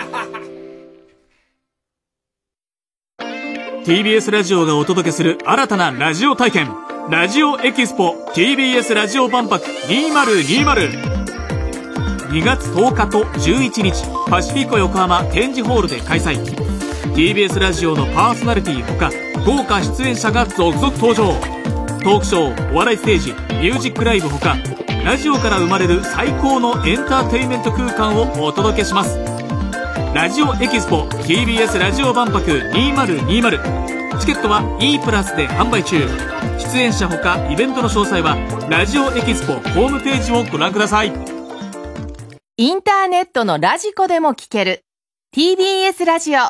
G: ティービーエス ラジオがお届けする新たなラジオ体験。ラジオエキスポ ティービーエス ラジオ万博にせんにじゅう。にがつとおかとじゅういちにち、パシフィコ横浜展示ホールで開催。ティービーエス ラジオのパーソナリティほか、豪華出演者が続々登場。トークショー、お笑いステージ、ミュージックライブほか、ラジオから生まれる最高のエンターテインメント空間をお届けします。ラジオエキスポ ティービーエス ラジオ万博にせんにじゅう。チケットは E プラスで販売中。出演者ほかイベントの詳細はラジオエキスポホームページをご覧ください。
J: インターネットのラジコでも聞ける ティービーエス ラジオ。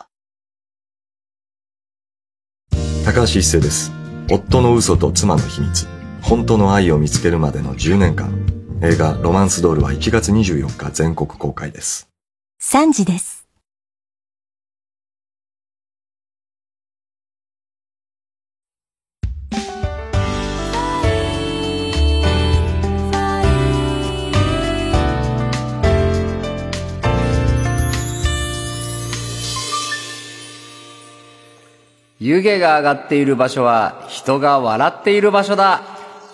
K: 高橋一生です。夫の嘘と妻の秘密、本当の愛を見つけるまでのじゅうねんかん。映画ロマンスドールはいちがつにじゅうよっか全国公開です。
M: さんじです。
X: 湯気が上がっている場所は人が笑っている場所だ。